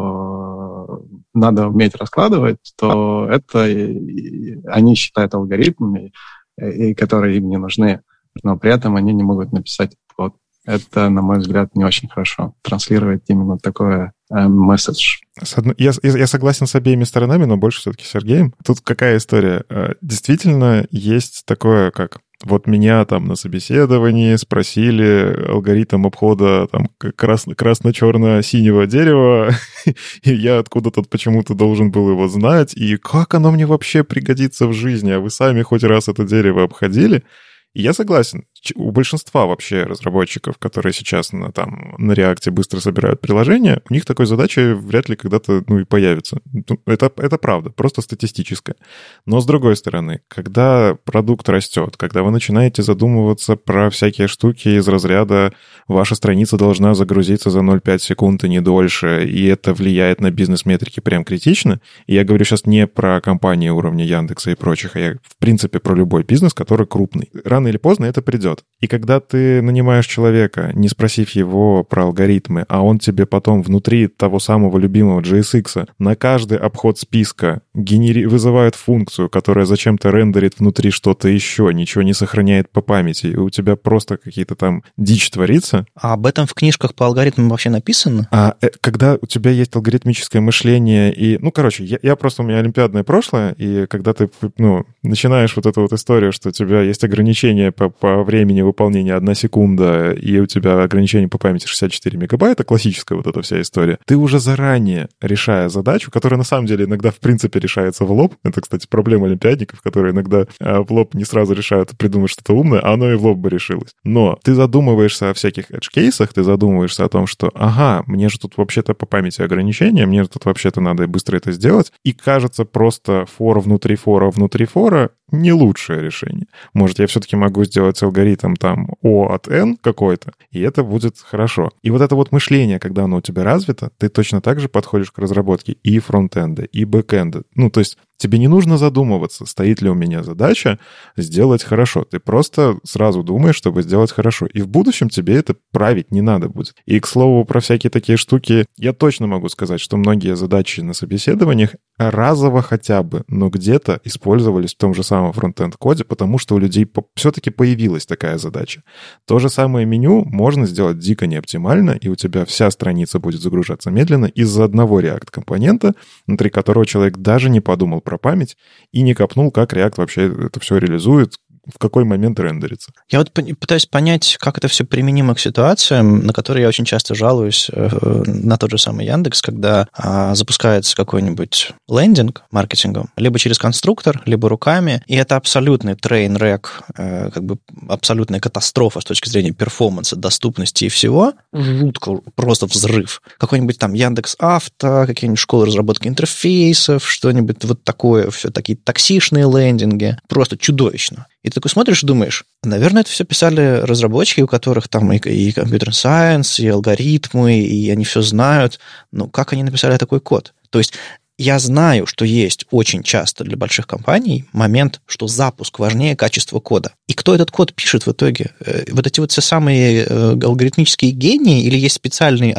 что надо уметь раскладывать, то это они считают алгоритмами, и которые им не нужны, но при этом они не могут написать код. Это, на мой взгляд, не очень хорошо. Транслировать именно такое месседж. Я согласен с обеими сторонами, но больше все-таки с Сергеем. Тут какая история? Действительно, есть такое, как вот меня там на собеседовании спросили алгоритм обхода там красно-черно-синего дерева, и я откуда-то почему-то должен был его знать, и как оно мне вообще пригодится в жизни, а вы сами хоть раз это дерево обходили? И я согласен, у большинства вообще разработчиков, которые сейчас на React быстро собирают приложения, у них такой задачи вряд ли когда-то и появится. Это правда, просто статистическое. Но с другой стороны, когда продукт растет, когда вы начинаете задумываться про всякие штуки из разряда «ваша страница должна загрузиться за 0,5 секунд и не дольше», и это влияет на бизнес-метрики прям критично, и я говорю сейчас не про компании уровня Яндекса и прочих, а я в принципе про любой бизнес, который крупный. Рано или поздно это придет. И когда ты нанимаешь человека, не спросив его про алгоритмы, а он тебе потом внутри того самого любимого JSX на каждый обход списка вызывает функцию, которая зачем-то рендерит внутри что-то еще, ничего не сохраняет по памяти, и у тебя просто какие-то там дичь творится. А об этом в книжках по алгоритмам вообще написано? Когда у тебя есть алгоритмическое мышление и... я просто... У меня олимпиадное прошлое, и когда ты, начинаешь вот эту вот историю, что у тебя есть ограничения по времени выполнения 1 секунда, и у тебя ограничение по памяти 64 мегабайта, классическая вот эта вся история, ты уже заранее, решая задачу, которая на самом деле иногда в принципе решается в лоб, это, кстати, проблема олимпиадников, которые иногда в лоб не сразу решают придумать что-то умное, а оно и в лоб бы решилось. Но ты задумываешься о всяких edge-кейсах, ты задумываешься о том, что, мне же тут вообще-то по памяти ограничения, мне же тут вообще-то надо быстро это сделать, и кажется просто внутри фора не лучшее решение. Может, я все-таки могу сделать алгоритм там O от N какой-то, и это будет хорошо. И вот это вот мышление, когда оно у тебя развито, ты точно так же подходишь к разработке и фронтенда, и бэкенда. То есть тебе не нужно задумываться, стоит ли у меня задача сделать хорошо. Ты просто сразу думаешь, чтобы сделать хорошо. И в будущем тебе это править не надо будет. И, к слову, про всякие такие штуки, я точно могу сказать, что многие задачи на собеседованиях разово хотя бы, но где-то использовались в том же самом фронтенд-коде, потому что у людей все-таки появилась такая задача. То же самое меню можно сделать дико неоптимально, и у тебя вся страница будет загружаться медленно из-за одного React-компонента, внутри которого человек даже не подумал про память и не копнул, как React вообще это все реализует, в какой момент рендерится. Я вот пытаюсь понять, как это все применимо к ситуациям, на которые я очень часто жалуюсь на тот же самый Яндекс, когда запускается какой-нибудь лендинг маркетингом, либо через конструктор, либо руками, и это абсолютный трейн-рек, абсолютная катастрофа с точки зрения перформанса, доступности и всего. Жутко, просто взрыв. Какой-нибудь там Яндекс.Авто, какие-нибудь школы разработки интерфейсов, что-нибудь вот такое, все такие токсичные лендинги. Просто чудовищно. И ты такой смотришь и думаешь, наверное, это все писали разработчики, у которых там и компьютер-сайенс, и алгоритмы, и они все знают. Но как они написали такой код? То есть я знаю, что есть очень часто для больших компаний момент, что запуск важнее качества кода. И кто этот код пишет в итоге? Вот эти вот все самые алгоритмические гении или есть специальный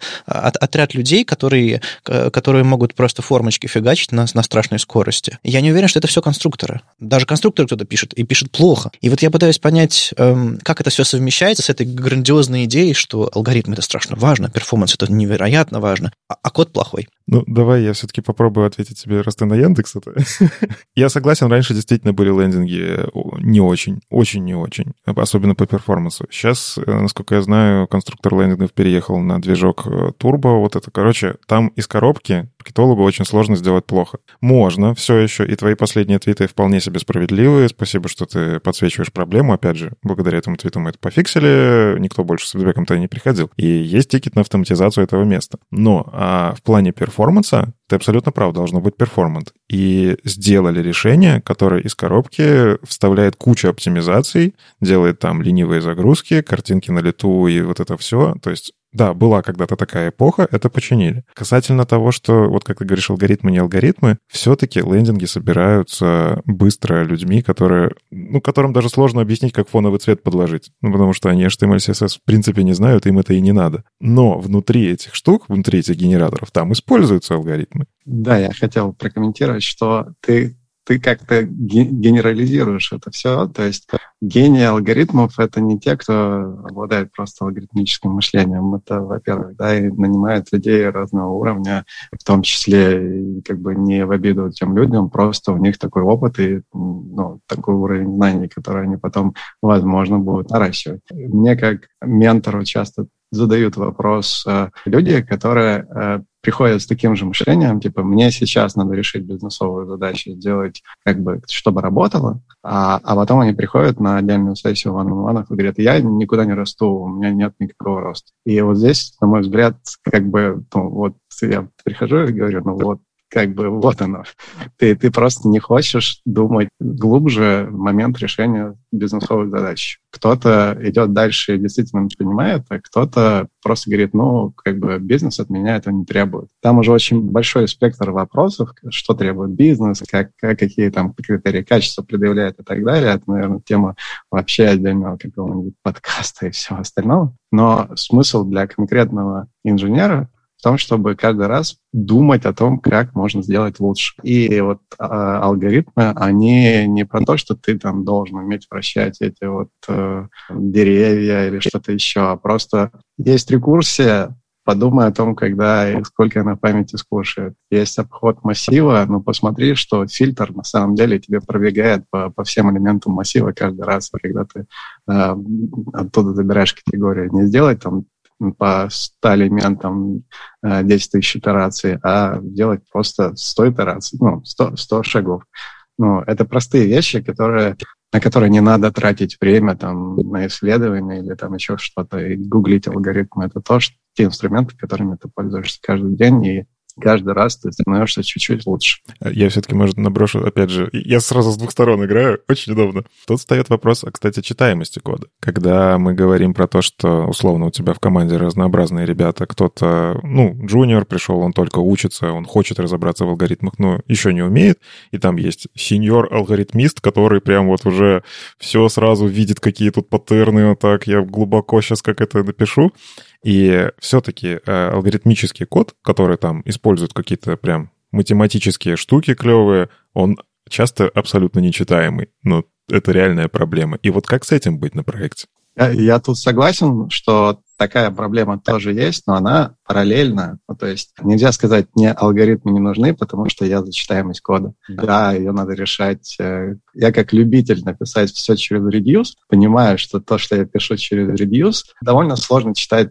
отряд людей, которые могут просто формочки фигачить на страшной скорости? Я не уверен, что это все конструкторы. Даже конструктор кто-то пишет, и пишет плохо. И вот я пытаюсь понять, как это все совмещается с этой грандиозной идеей, что алгоритм — это страшно важно, перформанс — это невероятно важно, а код плохой. Давай я все-таки попробую ответить тебе, раз ты на Яндекс. Я согласен, раньше действительно были лендинги не очень, очень не очень, особенно по перформансу. Сейчас, насколько я знаю, конструктор лендингов переехал на движок Turbo. Вот это, там из коробки маркетологу очень сложно сделать плохо. Можно все еще, и твои последние твиты вполне себе справедливые. Спасибо, что ты подсвечиваешь проблему. Опять же, благодаря этому твиту мы это пофиксили, никто больше с фидбэком-то не приходил. И есть тикет на автоматизацию этого места. Но в плане перформанса ты абсолютно прав, должно быть перформант. И сделали решение, которое из коробки вставляет кучу оптимизаций, делает там ленивые загрузки, картинки на лету и вот это все. То есть да, была когда-то такая эпоха, это починили. Касательно того, что, вот как ты говоришь, алгоритмы, не алгоритмы, все-таки лендинги собираются быстро людьми, которым даже сложно объяснить, как фоновый цвет подложить. Потому что они HTML, CSS в принципе не знают, им это и не надо. Но внутри этих штук, внутри этих генераторов, там используются алгоритмы. Да, я хотел прокомментировать, что ты как-то генерализируешь это все. То есть гении алгоритмов — это не те, кто обладает просто алгоритмическим мышлением. Это, во-первых, да, и нанимают людей разного уровня, в том числе и как бы не в обиду тем людям, просто у них такой опыт и такой уровень знаний, который они потом, возможно, будут наращивать. Мне как ментору часто задают вопрос люди, которые приходят с таким же мышлением, типа, мне сейчас надо решить бизнесовую задачу, сделать, как бы, чтобы работало, а потом они приходят на отдельную сессию one-on-one и говорят, я никуда не расту, у меня нет никакого роста. И вот здесь, на мой взгляд, как бы, вот я прихожу и говорю, как бы вот оно. Ты просто не хочешь думать глубже в момент решения бизнесовых задач. Кто-то идет дальше и действительно понимает, а кто-то просто говорит, как бы бизнес от меня этого не требует. Там уже очень большой спектр вопросов, что требует бизнес, какие там критерии качества предъявляет и так далее. Это, наверное, тема вообще отдельного какого-нибудь подкаста и всего остального. Но смысл для конкретного инженера в том, чтобы каждый раз думать о том, как можно сделать лучше. И вот алгоритмы, они не про то, что ты там должен уметь вращать эти деревья или что-то еще, а просто есть рекурсия, подумай о том, когда и сколько она памяти скушает. Есть обход массива, посмотри, что фильтр на самом деле тебе пробегает по всем элементам массива каждый раз, когда ты оттуда забираешь категорию. Не сделать там по 100 элементам 10 тысяч итераций, а делать просто 100 итераций, 100 шагов. Это простые вещи, на которые не надо тратить время на исследования или еще что-то, и гуглить алгоритмы. Это те инструменты, которыми ты пользуешься каждый день, и каждый раз ты становишься чуть-чуть лучше. Я все-таки, может, наброшу, опять же, я сразу с двух сторон играю, очень удобно. Тут встает вопрос, кстати, читаемости кода. Когда мы говорим про то, что, условно, у тебя в команде разнообразные ребята, кто-то, джуниор пришел, он только учится, он хочет разобраться в алгоритмах, но еще не умеет, и там есть сеньор-алгоритмист, который прям вот уже все сразу видит, какие тут паттерны, я глубоко сейчас как это напишу. И все-таки алгоритмический код, который там использует какие-то прям математические штуки клевые, он часто абсолютно нечитаемый. Но это реальная проблема. И вот как с этим быть на проекте? Я тут согласен, что такая проблема тоже есть, но она параллельна. То есть нельзя сказать, мне алгоритмы не нужны, потому что я за читаемость кода. Да, ее надо решать. Я как любитель написать все через Reduce, понимаю, что то, что я пишу через Reduce, довольно сложно читать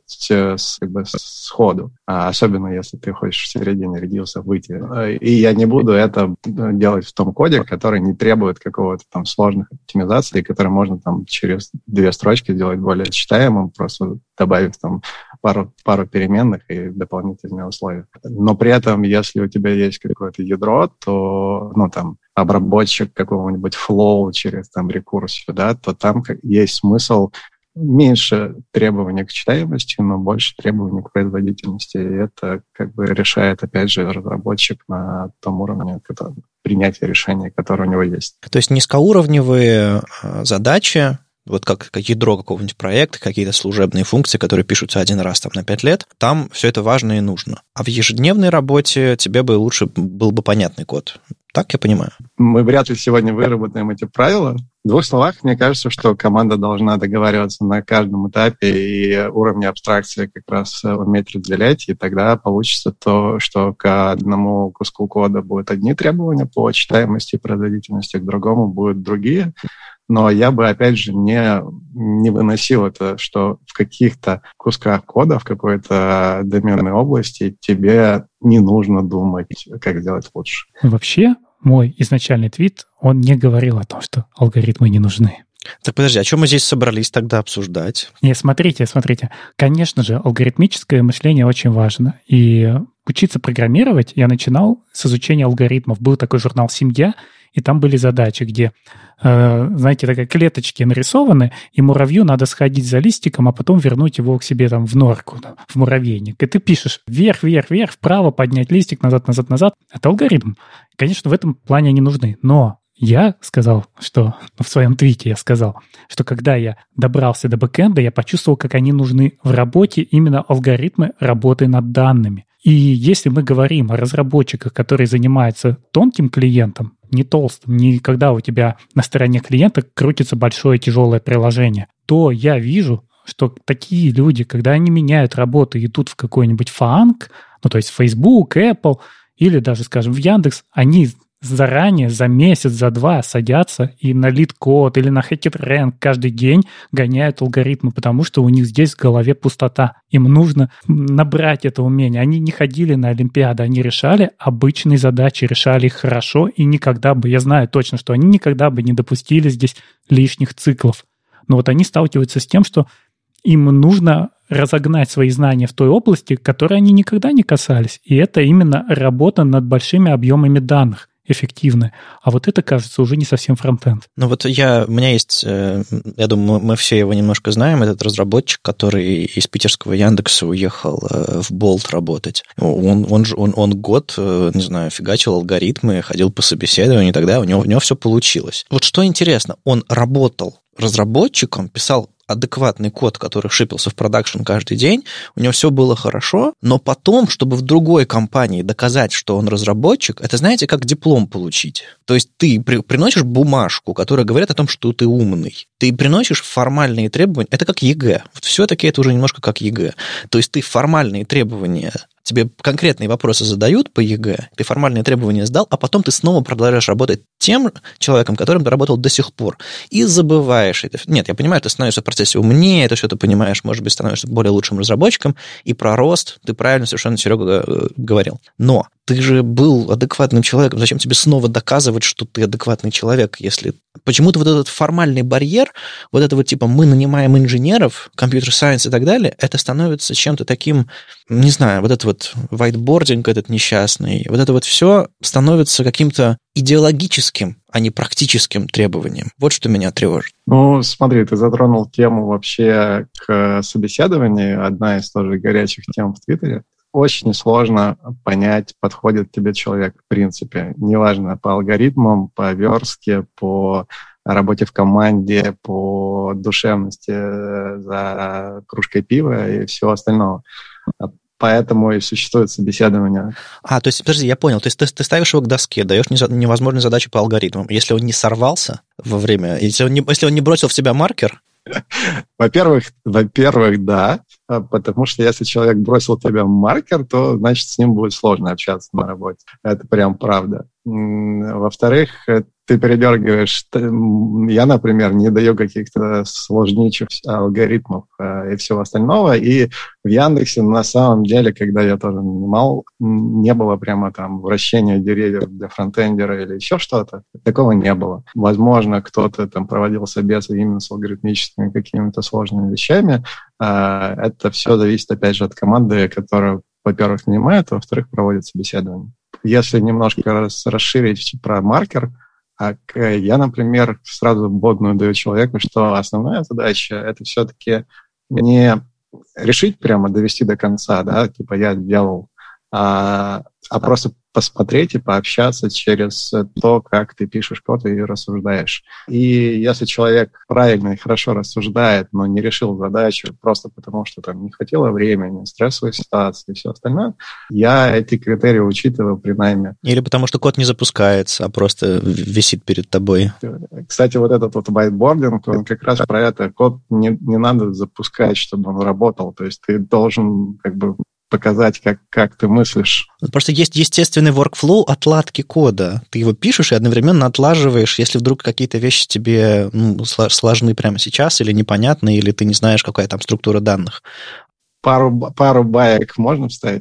сходу. Особенно, если ты хочешь в середине Reduce выйти. И я не буду это делать в том коде, который не требует какого-то там сложных оптимизаций, который можно там через 2 строчки сделать более читаемым, просто добавив там пару переменных и дополнительные условия. Но при этом, если у тебя есть какое-то ядро, то, обработчик какого-нибудь flow через рекурсию, да, то там есть смысл меньше требований к читаемости, но больше требований к производительности. И это решает, опять же, разработчик на том уровне принятия решения, которое у него есть. То есть низкоуровневые задачи, вот как ядро какого-нибудь проекта, какие-то служебные функции, которые пишутся один раз на 5 лет, там все это важно и нужно. А в ежедневной работе тебе бы лучше был бы понятный код. Так я понимаю? Мы вряд ли сегодня выработаем эти правила, В двух словах, мне кажется, что команда должна договариваться на каждом этапе и уровне абстракции как раз уметь разделять, и тогда получится то, что к одному куску кода будут одни требования по читаемости и производительности, к другому будут другие. Но я бы, опять же, не выносил это, что в каких-то кусках кода, в какой-то доменной области тебе не нужно думать, как сделать лучше. Вообще, мой изначальный твит, он не говорил о том, что алгоритмы не нужны. Так подожди, а что мы здесь собрались тогда обсуждать? Не, смотрите. Конечно же, алгоритмическое мышление очень важно. И учиться программировать я начинал с изучения алгоритмов. Был такой журнал «Семья», и там были задачи, где, знаете, такие клеточки нарисованы, и муравью надо сходить за листиком, а потом вернуть его к себе там в норку, в муравейник. И ты пишешь вверх, вправо, поднять листик, назад. Это алгоритм. Конечно, в этом плане они нужны. Но я сказал, что в своем твите я сказал, что когда я добрался до бэкэнда, я почувствовал, как они нужны в работе, именно алгоритмы работы над данными. И если мы говорим о разработчиках, которые занимаются тонким клиентом, не толстым, не когда у тебя на стороне клиента крутится большое тяжелое приложение, то я вижу, что такие люди, когда они меняют работу и идут в какой-нибудь фанк, ну то есть Facebook, Apple или даже, скажем, в Яндекс, они заранее, за месяц, за два садятся и на LeetCode или на HackerRank каждый день гоняют алгоритмы, потому что у них здесь в голове пустота. Им нужно набрать это умение. Они не ходили на Олимпиады, они решали обычные задачи, решали их хорошо, и никогда бы, я знаю точно, что они никогда бы не допустили здесь лишних циклов. Но вот они сталкиваются с тем, что им нужно разогнать свои знания в той области, которой они никогда не касались. И это именно работа над большими объемами данных. Эффективны. А вот это, кажется, уже не совсем фронтенд. Ну вот у меня есть, я думаю, мы все его немножко знаем, этот разработчик, который из питерского Яндекса уехал в Болт работать. Он год, не знаю, фигачил алгоритмы, ходил по собеседованию и так далее, у него все получилось. Вот что интересно, он работал разработчиком, писал адекватный код, который шипился в продакшн каждый день, у него все было хорошо, но потом, чтобы в другой компании доказать, что он разработчик, это, знаете, как диплом получить. То есть ты приносишь бумажку, которая говорит о том, что ты умный. Ты приносишь формальные требования, это как ЕГЭ. Вот все-таки это уже немножко как ЕГЭ. То есть ты формальные требования, тебе конкретные вопросы задают по ЕГЭ, ты формальные требования сдал, а потом ты снова продолжаешь работать тем человеком, которым ты работал до сих пор, и забываешь это. Нет, я понимаю, ты становишься в процессе умнее, это все ты понимаешь, может быть, становишься более лучшим разработчиком, и про рост ты правильно совершенно, Серега, говорил. Но ты же был адекватным человеком, зачем тебе снова доказывать, что ты адекватный человек, если... Почему-то вот этот формальный барьер, вот это вот типа мы нанимаем инженеров, компьютер-сайенс и так далее, это становится чем-то таким, не знаю, вот этот вот whiteboarding этот несчастный, вот это вот все становится каким-то идеологическим, а не практическим требованием. Вот что меня тревожит. Ну, смотри, ты затронул тему вообще к собеседованию, одна из тоже горячих тем в Твиттере. Очень сложно понять, подходит тебе человек в принципе. Неважно, по алгоритмам, по верстке, по работе в команде, по душевности за кружкой пива и всего остального. Поэтому и существует собеседование. То есть, подожди, я понял. То есть ты ставишь его к доске, даешь невозможную задачу по алгоритмам. Если он не сорвался во время... Если он не бросил в тебя маркер... Во-первых, да, потому что если человек бросил тебя маркер, то, значит, с ним будет сложно общаться на работе. Это прям правда. Во-вторых, ты передергиваешь. Я, например, не даю каких-то сложнейших алгоритмов и всего остального. И в Яндексе, на самом деле, когда я тоже нанимал, не было прямо там вращения деревьев для фронтендера или еще что-то. Такого не было. Возможно, кто-то там проводил собесы именно с алгоритмическими какими-то сложными вещами. Это все зависит, опять же, от команды, которая, во-первых, нанимает, а во-вторых, проводит собеседование. Если немножко расширить про маркер, я, например, сразу бодную даю человеку, что основная задача — это все-таки не решить прямо, довести до конца, да, типа я делал, а а просто посмотреть и пообщаться через то, как ты пишешь код и рассуждаешь. И если человек правильно и хорошо рассуждает, но не решил задачу просто потому, что там не хватило времени, стрессовой ситуации и все остальное, я эти критерии учитываю при найме. Или потому что код не запускается, а просто висит перед тобой. Кстати, вот этот вот whiteboarding, он как раз про это. Код не надо запускать, чтобы он работал. То есть ты должен как бы показать, как ты мыслишь. Просто есть естественный workflow отладки кода. Ты его пишешь и одновременно отлаживаешь, если вдруг какие-то вещи тебе сложны прямо сейчас или непонятны, или ты не знаешь, какая там структура данных. Пару баек можно вставить?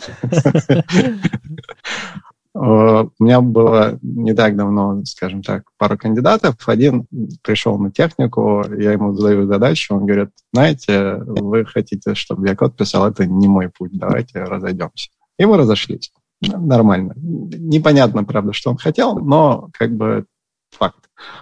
У меня было не так давно, скажем так, пару кандидатов. Один пришел на технику, я ему задаю задачу, он говорит, знаете, вы хотите, чтобы я код писал, это не мой путь, давайте разойдемся. И мы разошлись. Нормально. Непонятно, правда, что он хотел, но как бы факт.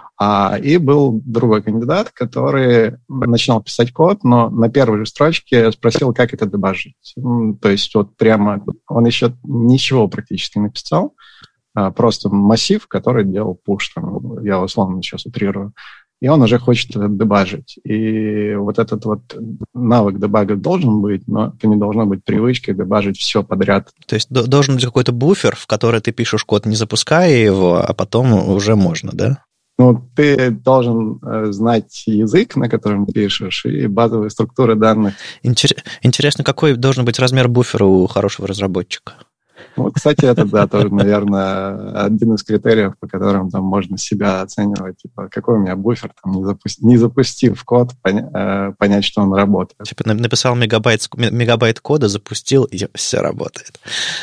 И был другой кандидат, который начинал писать код, но на первой же строчке спросил, как это дебажить. То есть вот прямо он еще ничего практически не написал, просто массив, который делал пуш. Я условно сейчас утрирую. И он уже хочет это дебажить. И вот этот вот навык дебага должен быть, но это не должно быть привычкой дебажить все подряд. То есть должен быть какой-то буфер, в который ты пишешь код, не запуская его, а потом уже можно, да? Ну, ты должен знать язык, на котором пишешь, и базовые структуры данных. Интересно, какой должен быть размер буфера у хорошего разработчика? Вот, кстати, это, да, тоже, наверное, один из критериев, по которым там можно себя оценивать. Типа, какой у меня буфер, там, не запустив код, понять, что он работает. Типа, написал мегабайт кода, запустил, и все работает.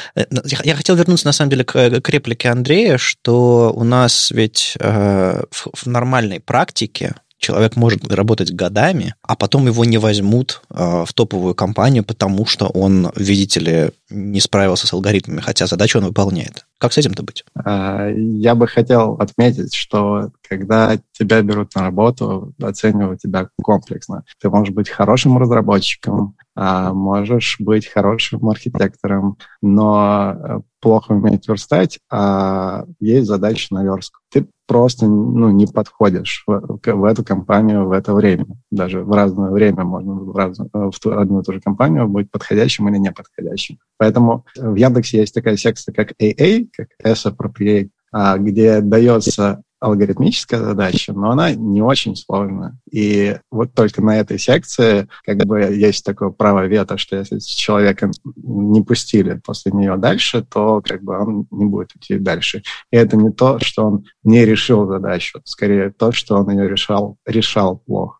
Я хотел вернуться, на самом деле, к реплике Андрея, что у нас ведь в нормальной практике человек может работать годами, а потом его не возьмут в топовую компанию, потому что он, видите ли, не справился с алгоритмами, хотя задачу он выполняет. Как с этим-то быть? Я бы хотел отметить, что когда тебя берут на работу, оценивают тебя комплексно. Ты можешь быть хорошим разработчиком, можешь быть хорошим архитектором, но плохо уметь верстать, а есть задача на верстку. Ты просто не подходишь в эту компанию в это время. Даже в разное время можно в одну и ту же компанию быть подходящим или неподходящим. Поэтому в Яндексе есть такая секция, как AA, как S-Appropriate, где дается алгоритмическая задача, но она не очень сложная. И вот только на этой секции как бы есть такое право вето, что если человека не пустили после нее дальше, то как бы он не будет идти дальше. И это не то, что он не решил задачу, скорее то, что он ее решал плохо.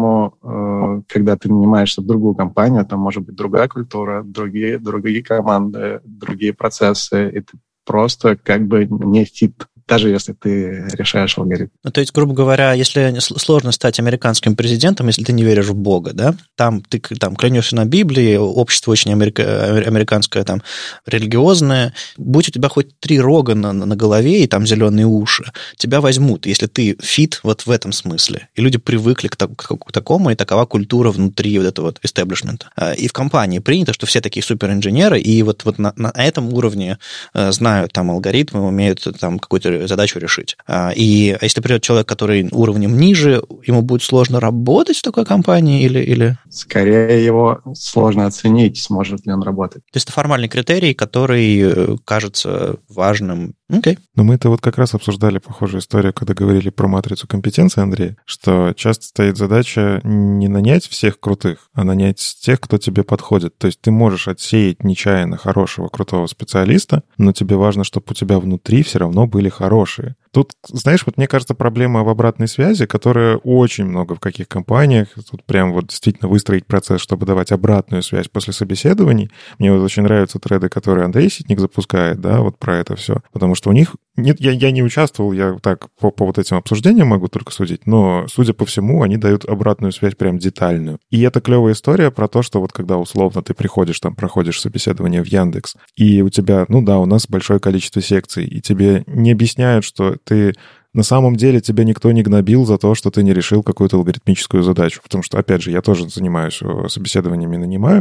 Поэтому, когда ты нанимаешься в другую компанию, там может быть другая культура, другие команды, другие процессы, и ты просто как бы не фит, даже если ты решаешь алгоритм. Ну, то есть, грубо говоря, если сложно стать американским президентом, если ты не веришь в Бога, да, там ты клянешься на Библии, общество очень американское, там, религиозное, будь у тебя хоть 3 рога на голове и там зеленые уши, тебя возьмут, если ты фит вот в этом смысле. И люди привыкли к такому, и такова культура внутри вот этого вот истеблишмента. И в компании принято, что все такие суперинженеры, и вот на этом уровне знают там алгоритмы, умеют там какую-то задачу решить. И если придет человек, который уровнем ниже, ему будет сложно работать в такой компании или... Скорее его сложно оценить, сможет ли он работать. То есть это формальный критерий, который кажется важным. Окей. Но мы это вот как раз обсуждали похожую историю, когда говорили про матрицу компетенции, Андрей, что часто стоит задача не нанять всех крутых, а нанять тех, кто тебе подходит. То есть ты можешь отсеять нечаянно хорошего, крутого специалиста, но тебе важно, чтобы у тебя внутри все равно были хорошие. Тут, знаешь, вот мне кажется, проблема в обратной связи, которая очень много в каких компаниях. Тут прям вот действительно выстроить процесс, чтобы давать обратную связь после собеседований. Мне вот очень нравятся треды, которые Андрей Ситник запускает, да, вот про это все. Потому что у них... Нет, я не участвовал, я так по вот этим обсуждениям могу только судить, но, судя по всему, они дают обратную связь прям детальную. И это клевая история про то, что вот когда условно ты приходишь, там, проходишь собеседование в Яндекс, и у тебя, ну да, у нас большое количество секций, и тебе не объясняют, что ты... На самом деле тебя никто не гнобил за то, что ты не решил какую-то алгоритмическую задачу. Потому что, опять же, я тоже занимаюсь собеседованиями, нанимаю.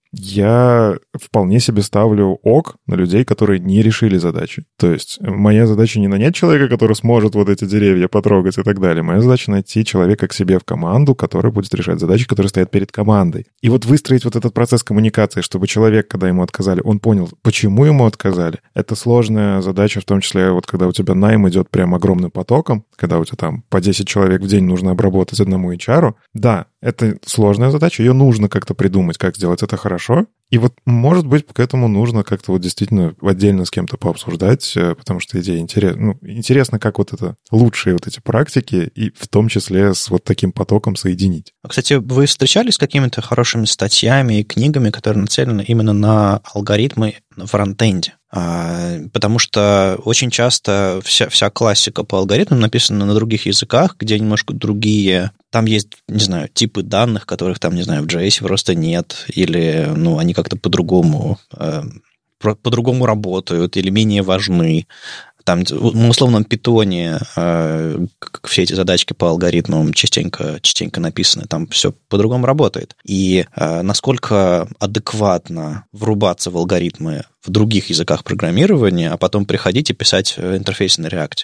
я вполне себе ставлю ок на людей, которые не решили задачи. То есть моя задача не нанять человека, который сможет вот эти деревья потрогать и так далее. Моя задача найти человека к себе в команду, который будет решать задачи, которые стоят перед командой. И вот выстроить вот этот процесс коммуникации, чтобы человек, когда ему отказали, он понял, почему ему отказали. Это сложная задача, в том числе вот когда у тебя найм идет прям огромным потоком, когда у тебя там по 10 человек в день нужно обработать одному HR. Да, это сложная задача, ее нужно как-то придумать, как сделать это хорошо. И вот, может быть, к этому нужно как-то вот действительно отдельно с кем-то пообсуждать, потому что идея интересна. Ну, интересно, как вот это лучшие вот эти практики, и в том числе с вот таким потоком соединить. Кстати, вы встречались с какими-то хорошими статьями и книгами, которые нацелены именно на алгоритмы на фронтенде? Потому что очень часто вся классика по алгоритмам написана на других языках, где немножко другие. Там есть, не знаю, типы данных, которых там, не знаю, в JS просто нет, или, ну, они как-то по-другому работают, или менее важны. Там, в условном питоне все эти задачки по алгоритмам частенько написаны, там все по-другому работает. И насколько адекватно врубаться в алгоритмы в других языках программирования, а потом приходить и писать интерфейсы на React?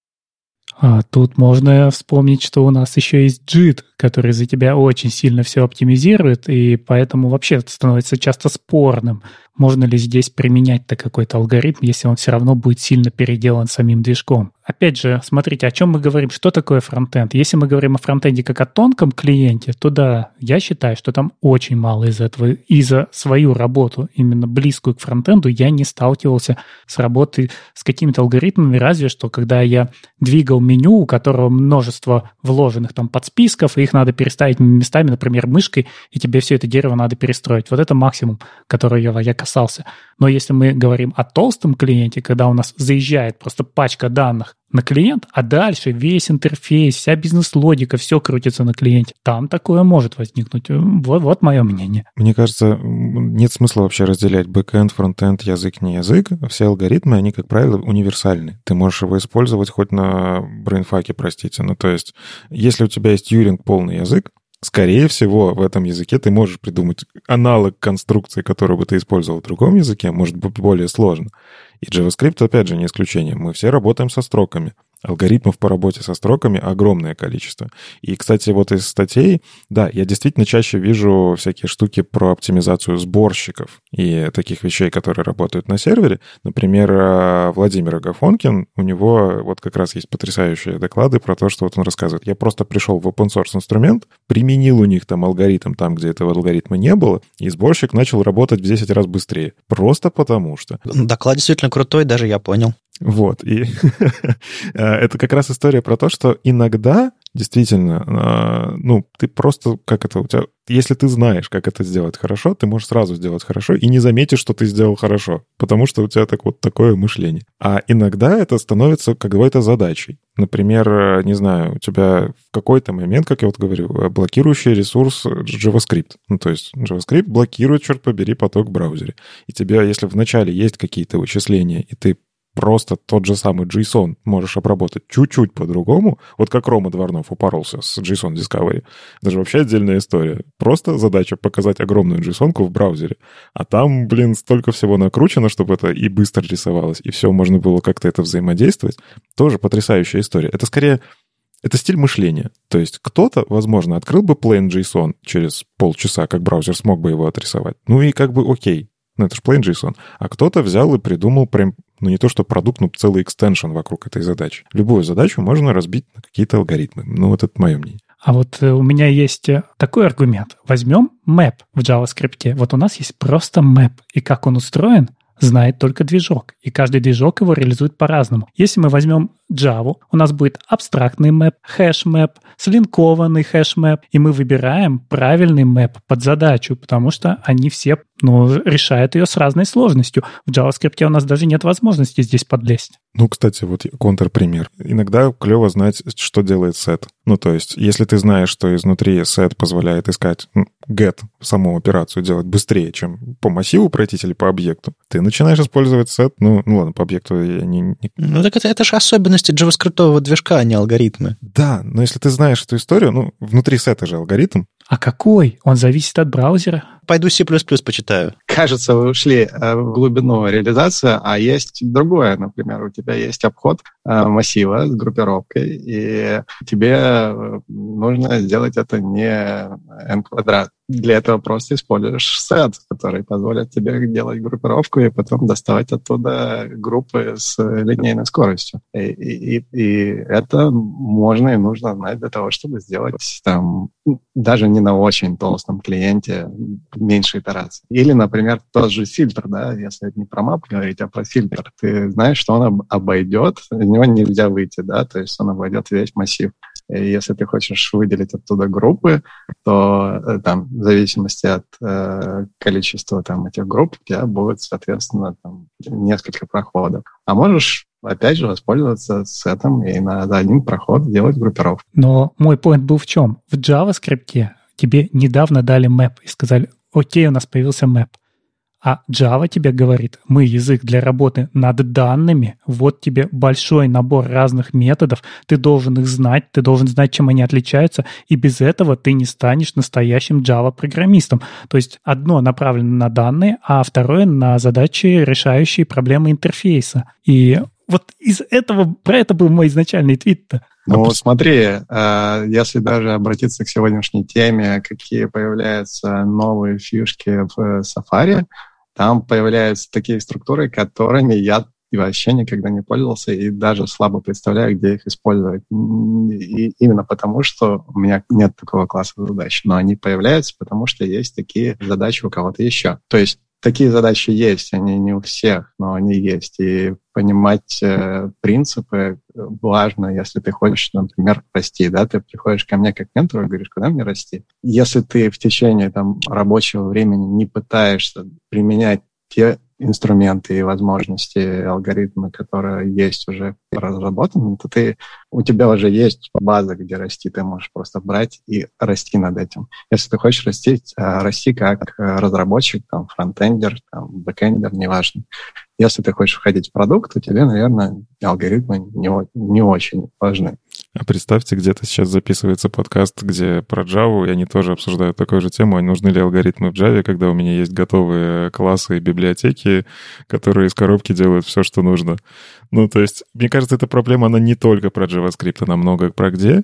Тут можно вспомнить, что у нас еще есть JIT, который за тебя очень сильно все оптимизирует, и поэтому вообще становится часто спорным, можно ли здесь применять-то какой-то алгоритм, если он все равно будет сильно переделан самим движком. Опять же, смотрите, о чем мы говорим, что такое фронтенд. Если мы говорим о фронтенде как о тонком клиенте, то да, я считаю, что там очень мало из этого. И за свою работу, именно близкую к фронтенду, я не сталкивался с работой с какими-то алгоритмами, разве что когда я двигал меню, у которого множество вложенных там подсписков, и их надо переставить местами, например, мышкой, и тебе все это дерево надо перестроить. Вот это максимум, который я касался. Но если мы говорим о толстом клиенте, когда у нас заезжает просто пачка данных на клиент, а дальше весь интерфейс, вся бизнес-логика, все крутится на клиенте, там такое может возникнуть. Вот мое мнение. Мне кажется, нет смысла вообще разделять бэкэнд, фронтенд, язык, не язык. Все алгоритмы, они, как правило, универсальны. Ты можешь его использовать хоть на брейнфаке, простите. Ну, то есть, если у тебя есть Turing полный язык, скорее всего, в этом языке ты можешь придумать аналог конструкции, которую бы ты использовал в другом языке, может быть, более сложно. И JavaScript, опять же, не исключение. Мы все работаем со строками. Алгоритмов по работе со строками огромное количество. И, кстати, вот из статей, да, я действительно чаще вижу всякие штуки про оптимизацию сборщиков и таких вещей, которые работают на сервере. Например, Владимир Агафонкин, у него вот как раз есть потрясающие доклады про то, что вот он рассказывает. Я просто пришел в open-source инструмент, применил у них там алгоритм там, где этого алгоритма не было, и сборщик начал работать в 10 раз быстрее. Просто потому что. Доклад действительно крутой, даже я понял. Вот, и это как раз история про то, что иногда действительно, ну, ты просто, как это у тебя, если ты знаешь, как это сделать хорошо, ты можешь сразу сделать хорошо и не заметишь, что ты сделал хорошо, потому что у тебя так вот такое мышление. А иногда это становится какой-то задачей. Например, не знаю, у тебя в какой-то момент, как я вот говорю, блокирующий ресурс JavaScript. Ну, то есть JavaScript блокирует, черт побери, поток в браузере. И тебе, если вначале есть какие-то вычисления, и ты просто тот же самый JSON можешь обработать чуть-чуть по-другому, вот как Рома Дворнов упоролся с JSON Discovery. Даже вообще отдельная история. Просто задача показать огромную JSON-ку в браузере. А там, блин, столько всего накручено, чтобы это и быстро рисовалось, и все, можно было как-то это взаимодействовать. Тоже потрясающая история. Это скорее... Это стиль мышления. То есть кто-то, возможно, открыл бы plain JSON через полчаса, как браузер смог бы его отрисовать. Ну и как бы окей. Ну, это же plain JSON. А кто-то взял и придумал прям, ну, не то что продукт, но целый экстеншн вокруг этой задачи. Любую задачу можно разбить на какие-то алгоритмы. Ну, вот это мое мнение. А вот у меня есть такой аргумент. Возьмем map в JavaScript. Вот у нас есть просто map. И как он устроен, знает только движок. И каждый движок его реализует по-разному. Если мы возьмем Java, у нас будет абстрактный мэп, хэш-мэп, слинкованный хэш-мэп, и мы выбираем правильный мэп под задачу, потому что они все решают ее с разной сложностью. В JavaScript у нас даже нет возможности здесь подлезть. Ну, кстати, вот контрпример. Иногда клево знать, что делает set. Ну, то есть, если ты знаешь, что изнутри set позволяет искать get, саму операцию делать быстрее, чем по массиву пройтись или по объекту, ты начинаешь использовать set, ну ладно, по объекту я не... Ну, так это же особенность особенности джаваскриптового движка, а не алгоритмы. Да, но если ты знаешь эту историю, внутри сета же алгоритм. А какой? Он зависит от браузера? Пойду C++ почитаю. Кажется, вы ушли в глубину реализации, а есть другое. Например, у тебя есть обход массива с группировкой, и тебе нужно сделать это не n квадрат. Для этого просто используешь set, который позволит тебе делать группировку и потом доставать оттуда группы с линейной скоростью. И это можно и нужно знать для того, чтобы сделать там даже не на очень толстом клиенте меньше итераций. Или, например, тот же фильтр, да, если не про map говорить, а про фильтр. Ты знаешь, что он обойдет, из него нельзя выйти, да, то есть он обойдет весь массив. И если ты хочешь выделить оттуда группы, то там, в зависимости от количества там, этих групп, у тебя будет, соответственно, там, несколько проходов. А можешь, опять же, воспользоваться сетом и на один проход сделать группировку. Но мой поинт был в чем? В JavaScript тебе недавно дали map и сказали, окей, у нас появился map. А Java тебе говорит, мы язык для работы над данными, вот тебе большой набор разных методов, ты должен их знать, ты должен знать, чем они отличаются, и без этого ты не станешь настоящим Java-программистом. То есть одно направлено на данные, а второе на задачи, решающие проблемы интерфейса. И вот из этого, про это был мой изначальный твит-то. Ну, смотри, если даже обратиться к сегодняшней теме, какие появляются новые фишки в Safari, там появляются такие структуры, которыми я вообще никогда не пользовался и даже слабо представляю, где их использовать. И именно потому, что у меня нет такого класса задач, но они появляются, потому что есть такие задачи у кого-то еще. То есть такие задачи есть, они не у всех, но они есть. И понимать принципы важно, если ты хочешь, например, расти. Да? Ты приходишь ко мне как ментору и говоришь, куда мне расти? Если ты в течение там, рабочего времени не пытаешься применять те инструменты и возможности, алгоритмы, которые есть уже разработаны, то у тебя уже есть база, где расти, ты можешь просто брать и расти над этим. Если ты хочешь расти как разработчик, там, фронтендер, там, бэкэндер, неважно. Если ты хочешь входить в продукт, то тебе, наверное, алгоритмы не очень важны. А представьте, где-то сейчас записывается подкаст, где про Java, и они тоже обсуждают такую же тему, а нужны ли алгоритмы в Java, когда у меня есть готовые классы и библиотеки, которые из коробки делают все, что нужно. Ну, то есть, мне кажется, эта проблема, она не только про JavaScript, она много про где.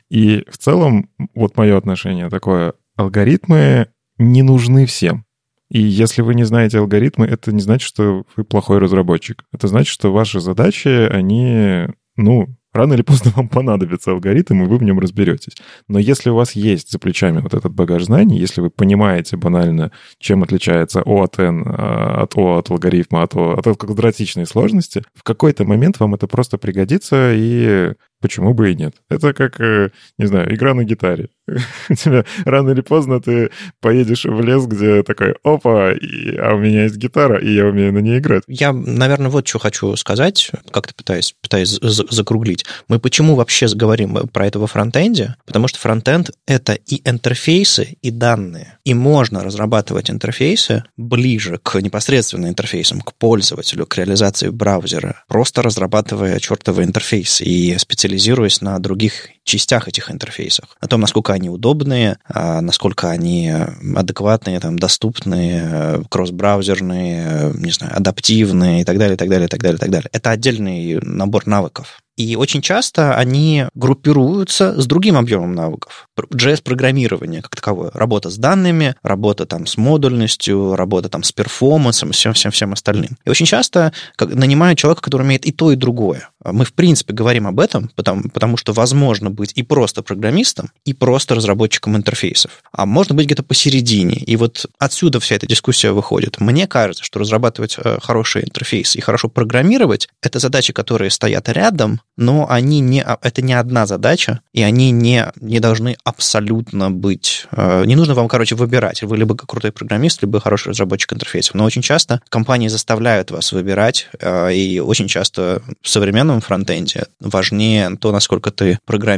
И в целом, вот мое отношение такое, алгоритмы не нужны всем. И если вы не знаете алгоритмы, это не значит, что вы плохой разработчик. Это значит, что ваши задачи, они, рано или поздно вам понадобится алгоритм, и вы в нем разберетесь. Но если у вас есть за плечами вот этот багаж знаний, если вы понимаете банально, чем отличается O от N, от O от логарифма, от O от квадратичной сложности, в какой-то момент вам это просто пригодится, и почему бы и нет? Это как, не знаю, игра на гитаре. У тебя рано или поздно ты поедешь в лес, где такой, опа, а у меня есть гитара, и я умею на ней играть. Я, наверное, вот что хочу сказать, как-то пытаюсь закруглить. Мы почему вообще говорим про это во фронтенде? Потому что фронтенд — это и интерфейсы, и данные. И можно разрабатывать интерфейсы ближе к непосредственно интерфейсам, к пользователю, к реализации браузера, просто разрабатывая чертовы интерфейсы и специализируясь на других частях этих интерфейсов, на том, насколько они удобные, насколько они адекватные, там, доступные, кросс-браузерные, не знаю, адаптивные и так далее, так далее, так далее, так далее. Это отдельный набор навыков. И очень часто они группируются с другим объемом навыков. JS-программирование как таковое. Работа с данными, работа там с модульностью, работа там с перформансом, всем остальным. И очень часто нанимают человека, который умеет и то, и другое. Мы, в принципе, говорим об этом, потому что возможно быть и просто программистом, и просто разработчиком интерфейсов. А можно быть где-то посередине. И вот отсюда вся эта дискуссия выходит. Мне кажется, что разрабатывать хороший интерфейс и хорошо программировать — это задачи, которые стоят рядом, но это не одна задача, и они не должны абсолютно быть... Не нужно вам, выбирать. Вы либо крутой программист, либо хороший разработчик интерфейсов. Но очень часто компании заставляют вас выбирать, и очень часто в современном фронтенде важнее то, насколько ты программист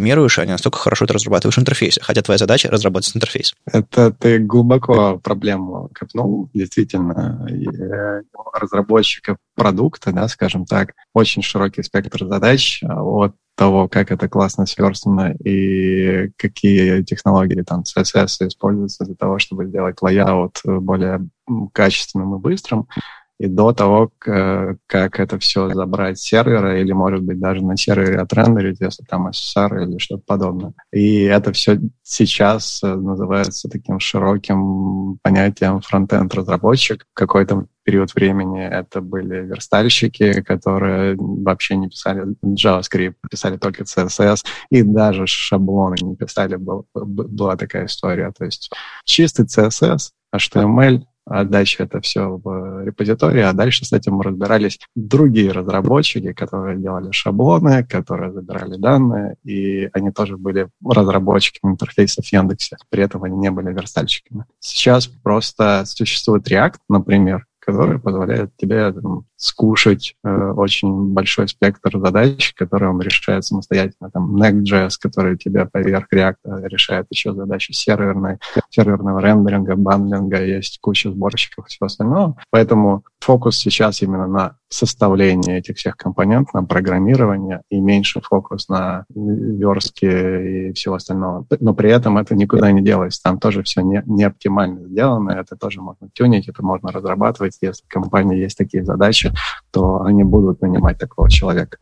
программируешь, а не настолько хорошо ты разрабатываешь интерфейсы, хотя твоя задача — разработать интерфейс. Это ты глубоко проблему копнул. Действительно, разработчиков продукта, да, скажем так, очень широкий спектр задач от того, как это классно сверстано и какие технологии там CSS используются для того, чтобы сделать layout более качественным и быстрым, и до того, как это все забрать с сервера или, может быть, даже на сервере отрендерить, если там SSR или что-то подобное. И это все сейчас называется таким широким понятием фронтенд-разработчик. В какой-то период времени это были верстальщики, которые вообще не писали JavaScript, писали только CSS, и даже шаблоны не писали. Была такая история. То есть чистый CSS, HTML, а дальше это все в репозитории, а дальше с этим разбирались другие разработчики, которые делали шаблоны, которые забирали данные, и они тоже были разработчиками интерфейсов в Яндексе, при этом они не были верстальщиками. Сейчас просто существует React, например, который позволяет тебе скушать очень большой спектр задач, которые он решает самостоятельно. Там Next.js, который тебе поверх React решает еще задачи серверного рендеринга, бандлинга, есть куча сборщиков и всего остального. Поэтому фокус сейчас именно на составлении этих всех компонентов, на программировании, и меньше фокус на верстке и всего остального. Но при этом это никуда не делается. Там тоже все не оптимально сделано, это тоже можно тюнить, это можно разрабатывать. Если в компании есть такие задачи, то они будут нанимать такого человека.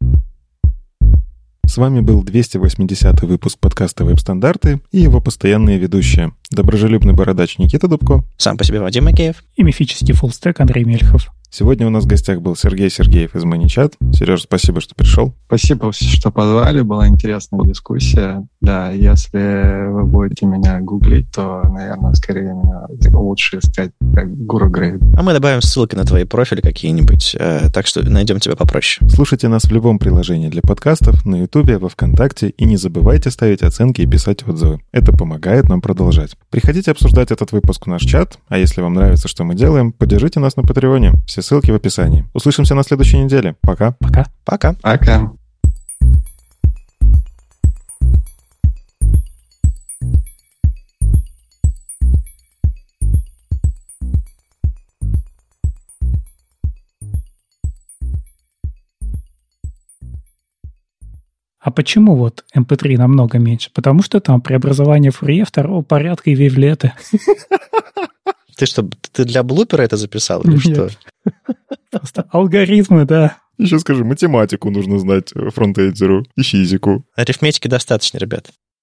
С вами был 280-й выпуск подкаста «Веб-стандарты» и его постоянные ведущие. Доброжелюбный бородач Никита Дубко. Сам по себе Вадим Макеев. И мифический фуллстек Андрей Мельхов. Сегодня у нас в гостях был Сергей Сергеев из ManyChat. Сереж, спасибо, что пришел. Спасибо, что позвали. Была интересная дискуссия. Да, если вы будете меня гуглить, то, наверное, скорее меня лучше искать как Гуру Грейд. А мы добавим ссылки на твои профили какие-нибудь, так что найдем тебя попроще. Слушайте нас в любом приложении для подкастов, на Ютубе, во Вконтакте, и не забывайте ставить оценки и писать отзывы. Это помогает нам продолжать. Приходите обсуждать этот выпуск в наш чат, а если вам нравится, что мы делаем, поддержите нас на Патреоне. Все ссылки в описании. Услышимся на следующей неделе. Пока. Пока. Пока. Пока. А почему вот MP3 намного меньше? Потому что там преобразование Фурье второго порядка и вейвлеты. Ты что, ты для блупера это записал или что? Просто алгоритмы, да. Еще скажи, математику нужно знать фронтендеру и физику. Арифметики достаточно, ребят.